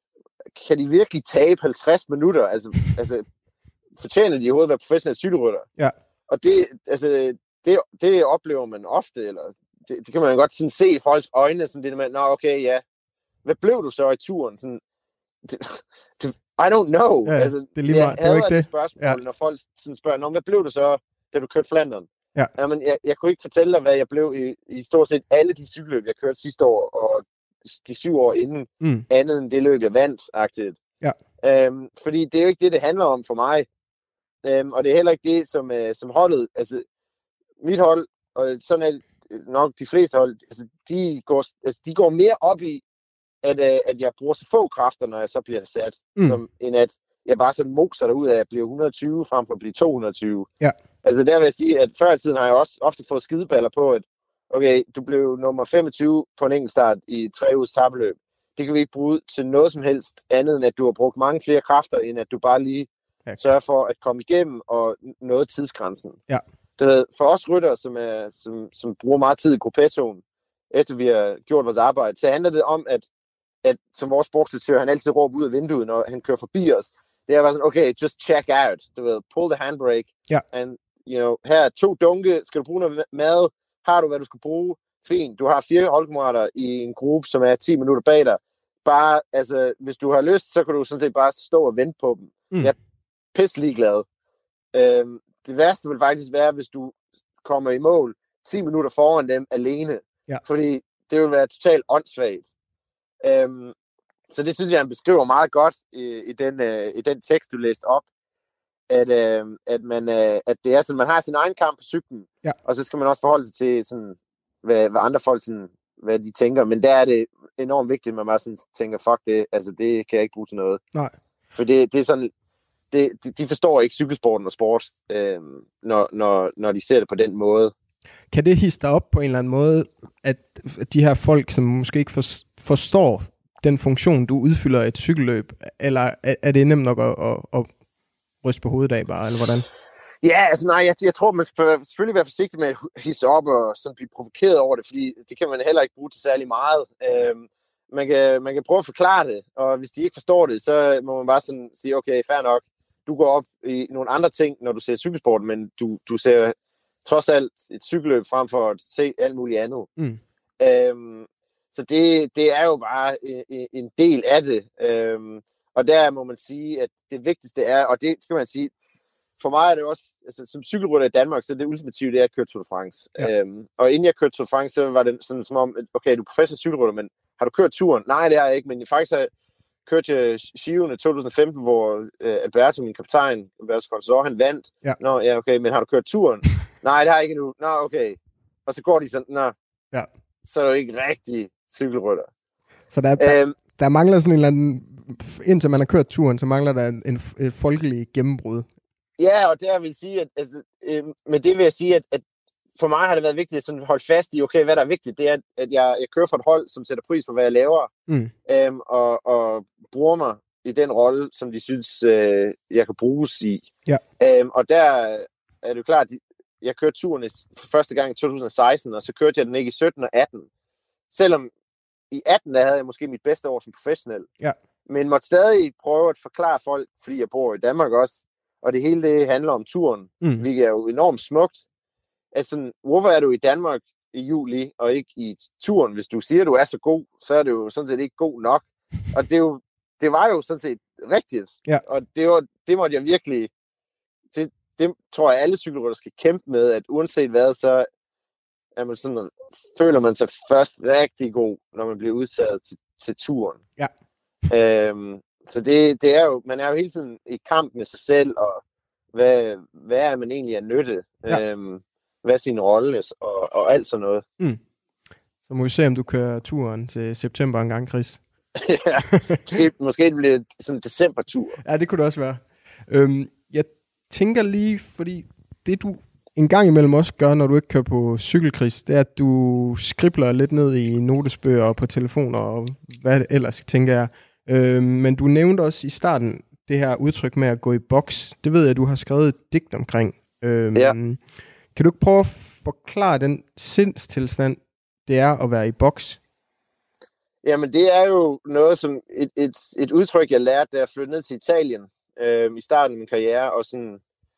kan de virkelig tabe halvtreds minutter? Altså, altså fortjener de i hovedet at være professionelle cykelrytter? Ja. Og det, altså, det, det oplever man ofte, eller det, det kan man godt sådan se i folks øjne, sådan det der med, nå okay, ja, hvad blev du så i turen? Sådan, det, det, I don't know. Ja, altså, det er lige meget. Jeg hader det, det spørgsmål, ja. Når folk sådan spørger, nå, hvad blev du så, da du kørte Flandern? Ja. Jamen, jeg, jeg kunne ikke fortælle dig, hvad jeg blev i, i stort set alle de cykelløb, jeg kørte sidste år, og de syv år inden, mm. andet end det løb, jeg vandt-agtigt. Ja. Øhm, fordi det er jo ikke det, det handler om for mig. Øhm, og det er heller ikke det, som, øh, som holdet, altså mit hold, og sådan er nok de fleste hold, altså de går, altså, de går mere op i, at, øh, at jeg bruger så få kræfter, når jeg så bliver sat, mm. som, end at jeg bare sådan moser derud af, at jeg bliver et hundrede og tyve frem for at blive to hundrede og tyve. Ja. Altså der vil jeg sige, at før i tiden har jeg også ofte fået skideballer på, at okay, du blev nummer femogtyve på en enkeltstart i tre uges tabeløb. Det kan vi ikke bruge til noget som helst andet, end at du har brugt mange flere kræfter, end at du bare lige okay. sørger for at komme igennem og nå tidsgrænsen. Ja. Det, for os rytter, som, er, som, som bruger meget tid i gruppettoen, efter vi har gjort vores arbejde, så handler det om, at, at som vores sportsdirektør, han altid råber ud af vinduet, når han kører forbi os. Det er bare sådan, okay, just check out. Du ved, pull the handbrake. Ja. And, you know, her er to dunke, skal du bruge noget mad? Har du, hvad du skal bruge? Fint. Du har fire holdkammerater i en gruppe, som er ti minutter bag dig. Bare, altså, hvis du har lyst, så kan du sådan set bare stå og vente på dem. Mm. Jeg er pisselig glad. Øhm, det værste vil faktisk være, hvis du kommer i mål ti minutter foran dem alene. Ja. Fordi det vil være totalt åndssvagt. Øhm, så det synes jeg, han beskriver meget godt i, i, den, øh, i den tekst, du læste op. At, øh, at, man, øh, at det er sådan, man har sin egen kamp på cyklen, ja. Og så skal man også forholde sig til, sådan, hvad, hvad andre folk sådan, hvad de tænker. Men der er det enormt vigtigt, at man bare sådan tænker, fuck det, altså det kan jeg ikke bruge til noget. Nej. For det, det er sådan, det, de forstår ikke cykelsporten og sport, øh, når, når, når de ser det på den måde. Kan det hisse dig op på en eller anden måde, at de her folk, som måske ikke forstår den funktion, du udfylder i et cykelløb, eller er det nemt nok at, at, at ryste på hovedet af bare, eller hvordan? Ja, altså nej, jeg, jeg tror, man skal selvfølgelig være forsigtig med at hisse op og sådan blive provokeret over det, fordi det kan man heller ikke bruge til særlig meget. Øhm, man, kan, man kan prøve at forklare det, og hvis de ikke forstår det, så må man bare sådan sige, okay, fair nok, du går op i nogle andre ting, når du ser cykelsport, men du, du ser trods alt et cykelløb frem for at se alt muligt andet. Mm. Øhm, så det, det er jo bare en, en del af det. Øhm, og der må man sige, at det vigtigste er, og det skal man sige, for mig er det også, altså som cykelrytter i Danmark, så det ultimative, det er at køre Tour de France. Ja. Øhm, og inden jeg kørte Tour de France, så var det sådan som om, okay, du er professionel cykelrytter, men har du kørt turen? Nej, det har jeg ikke, men jeg faktisk har kørt til Giro i to tusind og femten, hvor øh, Alberto, min kaptajn, Alberto Contador, han vandt. Ja. Nå, ja, okay, men har du kørt turen? Nej, det har jeg ikke endnu. Nå, okay. Og så går de sådan, nå, ja. så er det jo ikke rigtig cykelrytter. Så der, der, øhm, der mangler sådan en eller anden, indtil man har kørt turen, så mangler der en, en, en folkelig gennembrud. Ja, og der vil sige, at altså, øh, med det vil jeg sige, at, at for mig har det været vigtigt at sådan holde fast i, okay, hvad der er vigtigt, det er, at jeg, jeg kører for et hold, som sætter pris på, hvad jeg laver, mm. øhm, og, og bruger mig i den rolle, som de synes, øh, jeg kan bruges i. Ja. Øhm, og der er det jo klart, at jeg kørte turen for første gang i to tusind og seksten, og så kørte jeg den ikke i sytten og atten. Selvom i atten, der havde jeg måske mit bedste år som professionel. Ja. Men måtte stadig prøve at forklare folk, fordi jeg bor i Danmark også, og det hele det handler om turen, mm. hvilket er jo enormt smukt. Altså, hvorfor er du i Danmark i juli, og ikke i turen? Hvis du siger, at du er så god, så er det jo sådan set ikke god nok. Og det, er jo, det var jo sådan set rigtigt. Ja. Og det, var, det måtte jeg virkelig... Det, det tror jeg, alle cykelrytter skal kæmpe med, at uanset hvad, så er man sådan, føler man sig først rigtig god, når man bliver udtaget til, til turen. Ja. Øhm, så det, det er jo, man er jo hele tiden i kamp med sig selv, og hvad, hvad er man egentlig af nytte? Ja. Øhm, hvad er sin rolle, og, og alt sådan noget. Mm. Så må vi se, om du kører turen til september en gang, Chris. Ja, måske, måske det bliver sådan en december-tur. Ja, det kunne det også være. Øhm, jeg tænker lige, fordi det du en gang imellem også gør, når du ikke kører på cykel, Chris, det er, at du skribler lidt ned i notesbøger og på telefoner og hvad det ellers, tænker jeg. Øhm, men du nævnte også i starten det her udtryk med at gå i boks. Det ved jeg, at du har skrevet et digt omkring. Øhm, ja. Kan du ikke prøve at forklare den sindstilstand, det er at være i boks? Jamen, det er jo noget som et, et, et udtryk, jeg lærte, da jeg flyttede ned til Italien øh, i starten af min karriere, og sådan,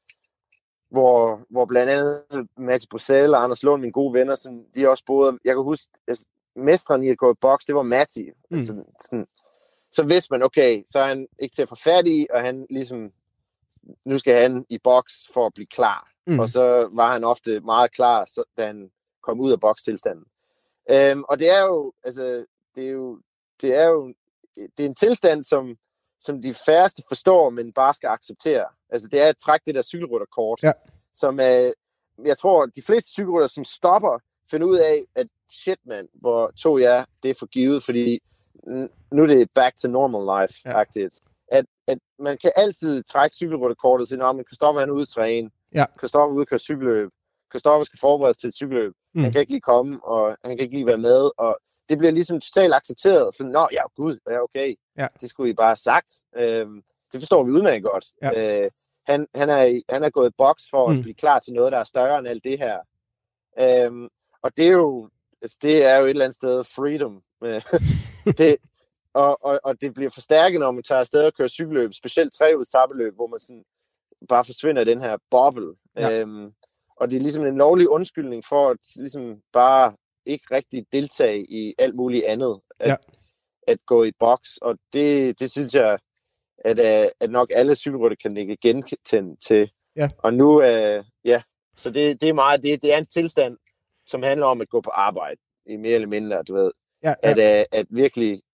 hvor, hvor blandt andet Matti Bruxelles og Anders Lund, mine gode venner, sådan, de også boede. Jeg kan huske, altså, mesteren i at gå i boks, det var Matti. Mm. Altså, sådan, så vidste man, okay, så er han ikke til at få fat i, og han ligesom, nu skal han i boks for at blive klar. Mm. Og så var han ofte meget klar, så, da han kom ud af bokstilstanden. Øhm, og det er jo, altså, det er jo, det er jo, det er en tilstand, som, som de færreste forstår, men bare skal acceptere. Altså, det er at trække det der cykelrytterkort, ja. Som øh, jeg tror, de fleste cykelrytter, som stopper, finder ud af, at shit, man, hvor tog jeg det for givet, fordi nu er det back to normal life-agtigt. Ja. At, at man kan altid trække cykelrytterkortet til, når man kan stoppe, han ude at træne. Ja. Kristoffer ude at køre cykelløb. Kristoffer skal forberedes til et cykelløb. Mm. Han kan ikke lige komme, og han kan ikke lige være med, og det bliver ligesom totalt accepteret. For, nå, ja, gud, ja, okay. Ja. Det skulle I bare have sagt. Øhm, det forstår vi udmærket godt. Ja. Øh, han, han, er, han er gået i boks for mm. at blive klar til noget, der er større end alt det her. Øhm, og det er jo, altså, det er jo et eller andet sted freedom. det, og, og, og det bliver forstærket, når man tager afsted og kører cykelløb, specielt tre-udstabeløb, hvor man sådan bare forsvinder i den her boble. Ja. Øhm, og det er ligesom en lovlig undskyldning for at ligesom bare ikke rigtig deltage i alt muligt andet. At, ja. at gå i boks. Og det, det synes jeg, at, at nok alle cykelrytter kan ikke genkende til. Ja. Og nu, uh, ja, så det, det er meget, det, det er en tilstand, som handler om at gå på arbejde, i mere eller mindre, du ved. Ja, ja. At, uh, at virkelig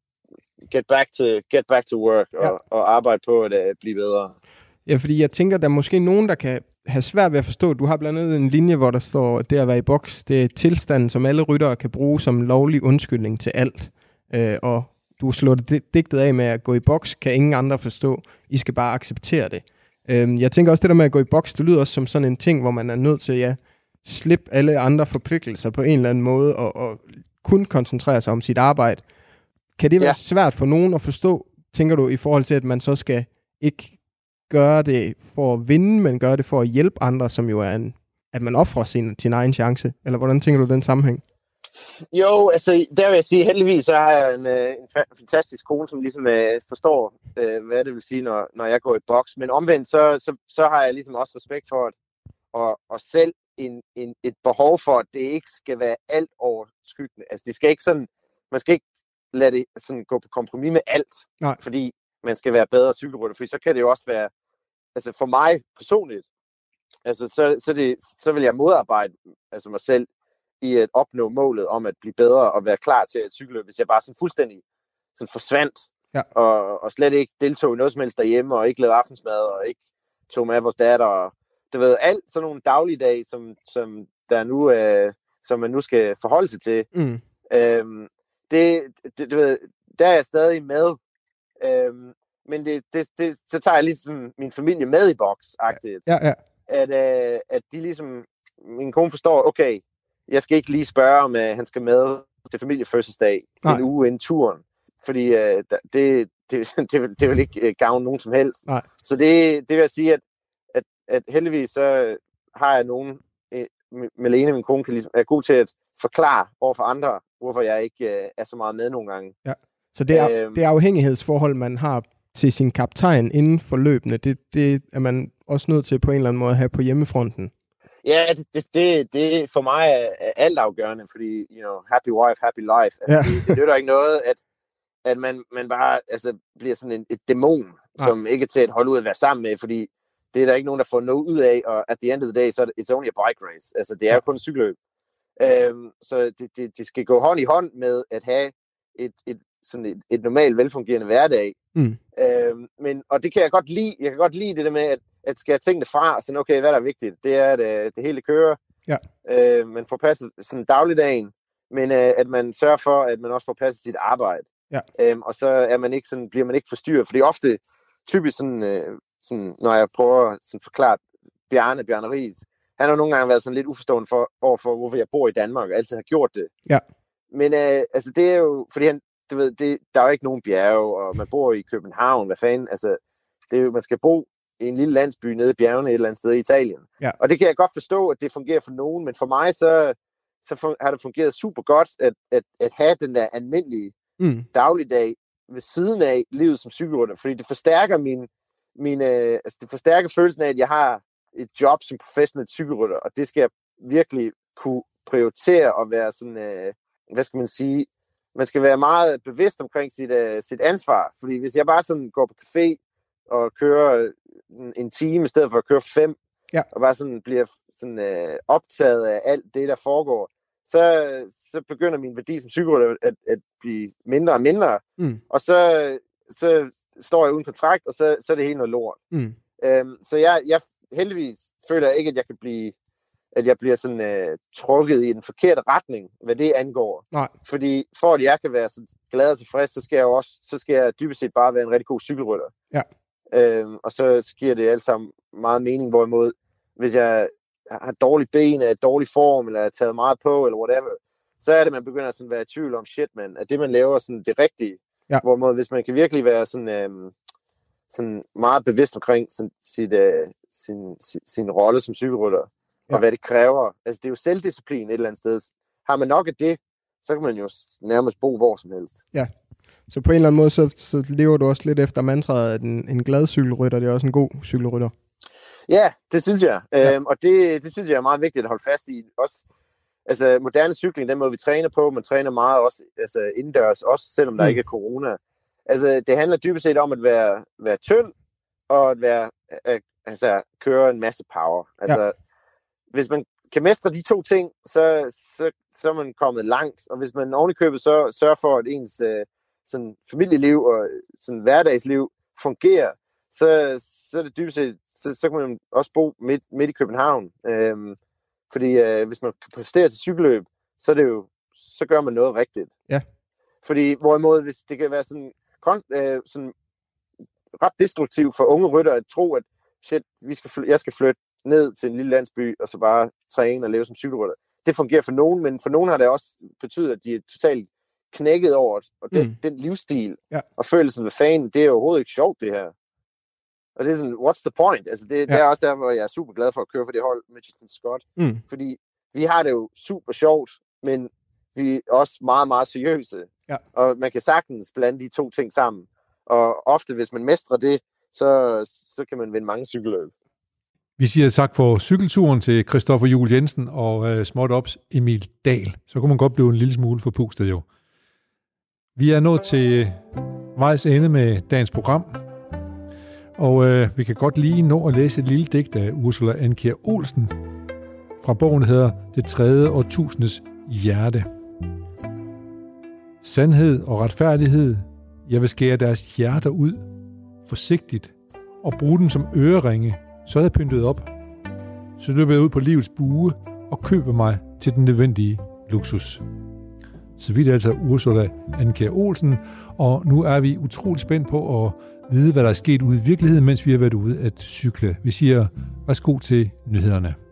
get back to, get back to work, og, ja. og arbejde på at uh, blive bedre. Ja, fordi jeg tænker, der er måske nogen, der kan have svært ved at forstå. Du har blandt andet en linje, hvor der står, at det at være i boks, det er tilstanden, som alle ryttere kan bruge som lovlig undskyldning til alt. Øh, og du slår det digtet af med at gå i boks, kan ingen andre forstå. I skal bare acceptere det. Øh, jeg tænker også, det der med at gå i boks, det lyder også som sådan en ting, hvor man er nødt til, ja, slippe alle andre forpligtelser på en eller anden måde, og, og kun koncentrere sig om sit arbejde. Kan det være ja. svært for nogen at forstå, tænker du, i forhold til, at man så skal ikke gøre det for at vinde, men gøre det for at hjælpe andre, som jo er en, at man offrer sin, sin egen chance? Eller hvordan tænker du den sammenhæng? Jo, altså, der vil jeg sige, heldigvis så har jeg en, en fantastisk kone, som ligesom øh, forstår, øh, hvad det vil sige, når, når jeg går i boks. Men omvendt, så, så, så har jeg ligesom også respekt for, at og, og selv en, en, et behov for, at det ikke skal være alt overskyggende. Altså, det skal ikke sådan, man skal ikke lade det sådan gå på kompromis med alt, Nej. Fordi man skal være bedre cykelrytter, for så kan det jo også være, altså for mig personligt, altså så, så, det, så vil jeg modarbejde altså mig selv i at opnå målet om at blive bedre og være klar til at cykle, hvis jeg bare sådan fuldstændig sådan forsvandt, ja. og, og slet ikke deltog i noget som helst derhjemme, og ikke lavede aftensmad, og ikke tog med vores datter, og du ved, alt sådan nogle dagligdage, som, som, der nu, øh, som man nu skal forholde sig til. Mm. Øhm, det, det, du ved, der er jeg stadig med. Øhm, men det, det, det, så tager jeg ligesom min familie med i boks-agtigt. Ja, ja. At, øh, at de ligesom, min kone forstår, okay, jeg skal ikke lige spørge, om uh, han skal med til familiefødselsdag en uge inden turen. Fordi øh, det, det, det, vil, det vil ikke gavne nogen som helst. Nej. Så det, det vil jeg sige, at, at, at heldigvis så har jeg nogen, Malene, min kone, kan ligesom, er god til at forklare over for andre, hvorfor jeg ikke øh, er så meget med nogle gange. Ja. Så det er, øhm, det er afhængighedsforhold, man har til sin kaptajn inden for løbende. Det, det er man også nødt til på en eller anden måde at have på hjemmefronten. Ja, det, det, det, det for mig er, er altafgørende, fordi, you know, happy wife, happy life. Altså, ja. det, det nytter ikke noget, at, at man, man bare altså, bliver sådan en, et dæmon, ja. som ikke er til at holde ud at være sammen med, fordi det er der ikke nogen, der får noget ud af, og at the end of the day, så er det it's only a bike race. Altså, det er jo kun en cykelløb. Øhm, så det, det, det skal gå hånd i hånd med at have et, et, sådan et, et normalt, velfungerende hverdag. Mm. Øhm, men, og det kan jeg godt lide. Jeg kan godt lide det der med, at, at skal jeg tænke det fra, sådan, okay, hvad der er vigtigt? Det er, at det, det hele kører. Ja. Øh, man får passet sådan dagligdagen, men øh, at man sørger for, at man også får passet sit arbejde. Ja. Øhm, og så er man ikke sådan, bliver man ikke forstyrret, fordi ofte, typisk sådan, øh, sådan når jeg prøver at forklare Bjarne, Bjarne Riis, han har nogle gange været sådan lidt uforstående for, overfor, hvorfor jeg bor i Danmark, og altid har gjort det. Ja. Men øh, altså, det er jo, fordi han, du ved, det, der er jo ikke nogen bjerge, og man bor i København, hvad fanden, altså, det er jo, man skal bo i en lille landsby nede i bjergene et eller andet sted i Italien. Ja. Og det kan jeg godt forstå, at det fungerer for nogen, men for mig, så, så fun- har det fungeret super godt, at, at, at have den der almindelige mm. dagligdag ved siden af livet som cykelrytter, fordi det forstærker min, min øh, altså det forstærker følelsen af, at jeg har et job som professionel cykelrytter, og det skal jeg virkelig kunne prioritere og være sådan, øh, hvad skal man sige, man skal være meget bevidst omkring sit, øh, sit ansvar, fordi hvis jeg bare sådan går på café og kører en, en time i stedet for at køre fem, ja. og bare sådan bliver sådan, øh, optaget af alt det, der foregår, så, så begynder min værdi som cykelrytter at, at blive mindre og mindre, mm. og så, så står jeg uden kontrakt, og så, så er det helt noget lort. Mm. Øhm, så jeg, jeg heldigvis føler ikke, at jeg kan blive, at jeg bliver sådan øh, trukket i den forkerte retning, hvad det angår. Nej. Fordi for at jeg kan være så glad og tilfreds, så skal jeg jo også, så skal jeg dybest set bare være en rigtig god cykelrytter. Ja. Øhm, og så, så giver det alt sammen meget mening, hvorimod, hvis jeg har dårlige ben, er i dårlig form, eller er taget meget på, eller whatever, så er det, man begynder sådan at være i tvivl om, shit, man, at det, man laver, sådan det rigtige. Ja. Hvorimod, hvis man kan virkelig være sådan, øhm, sådan meget bevidst omkring sådan, sit, øh, sin, sin, sin rolle som cykelrytter, ja. og hvad det kræver. Altså, det er jo selvdisciplin et eller andet sted. Har man nok af det, så kan man jo nærmest bo hvor som helst. Ja, så på en eller anden måde, så, så lever du også lidt efter mantraet, at en, en glad cykelrytter, det er også en god cykelrytter. Ja, det synes jeg. Ja. Øhm, og det, det synes jeg er meget vigtigt at holde fast i. Også, altså, moderne cykling, den måde vi træner på, man træner meget også altså, indendørs, også selvom mm. der ikke er corona. Altså, det handler dybest set om at være, være tynd, og at være, at, altså, køre en masse power. Altså, ja. Hvis man kan mestre de to ting, så, så, så er man kommet langt. Og hvis man ovenikøbet så sørger for, at ens øh, sådan, familieliv og sådan, hverdagsliv fungerer, så, så er det dybest set, så, så kan man også bo midt, midt i København. Øhm, fordi øh, hvis man kan præstere til cykelløb, så, er det jo, så gør man noget rigtigt. Ja. Fordi hvorimod, hvis det kan være sådan, kon, øh, sådan ret destruktivt for unge rytter at tro, at shit, vi skal fly- jeg skal flytte ned til en lille landsby, og så bare træne og leve som cykelrytter. Det fungerer for nogen, men for nogen har det også betydet, at de er totalt knækket over det. Og den, mm. den livsstil, ja. og følelsen af fan, det er jo overhovedet ikke sjovt, det her. Og det er sådan, what's the point? Altså, det, ja. det er også der, hvor jeg er super glad for at køre for det hold, Mitchelton Scott. Mm. Fordi vi har det jo super sjovt, men vi er også meget, meget seriøse. Ja. Og man kan sagtens blande de to ting sammen. Og ofte, hvis man mestrer det, så, så kan man vinde mange cykelløb. Vi siger tak for cykelturen til Christoffer Juhl Jensen og uh, småt ops Emil Dahl. Så kunne man godt blive en lille smule forpustet jo. Vi er nået til vejs ende med dagens program. Og uh, vi kan godt lige nå at læse et lille digt af Ursula Andkjær Olsen fra bogen, der hedder Det tredje årtusindes hjerte. Sandhed og retfærdighed, jeg vil skære deres hjerter ud, forsigtigt, og bruge dem som øreringe, så er jeg pyntet op. Så løber jeg ud på livets bue og køber mig til den nødvendige luksus. Så vidt altså Ursula Andkjær Olsen, og nu er vi utrolig spændt på at vide, hvad der er sket ude i virkeligheden, mens vi har været ude at cykle. Vi siger, værsgo til nyhederne.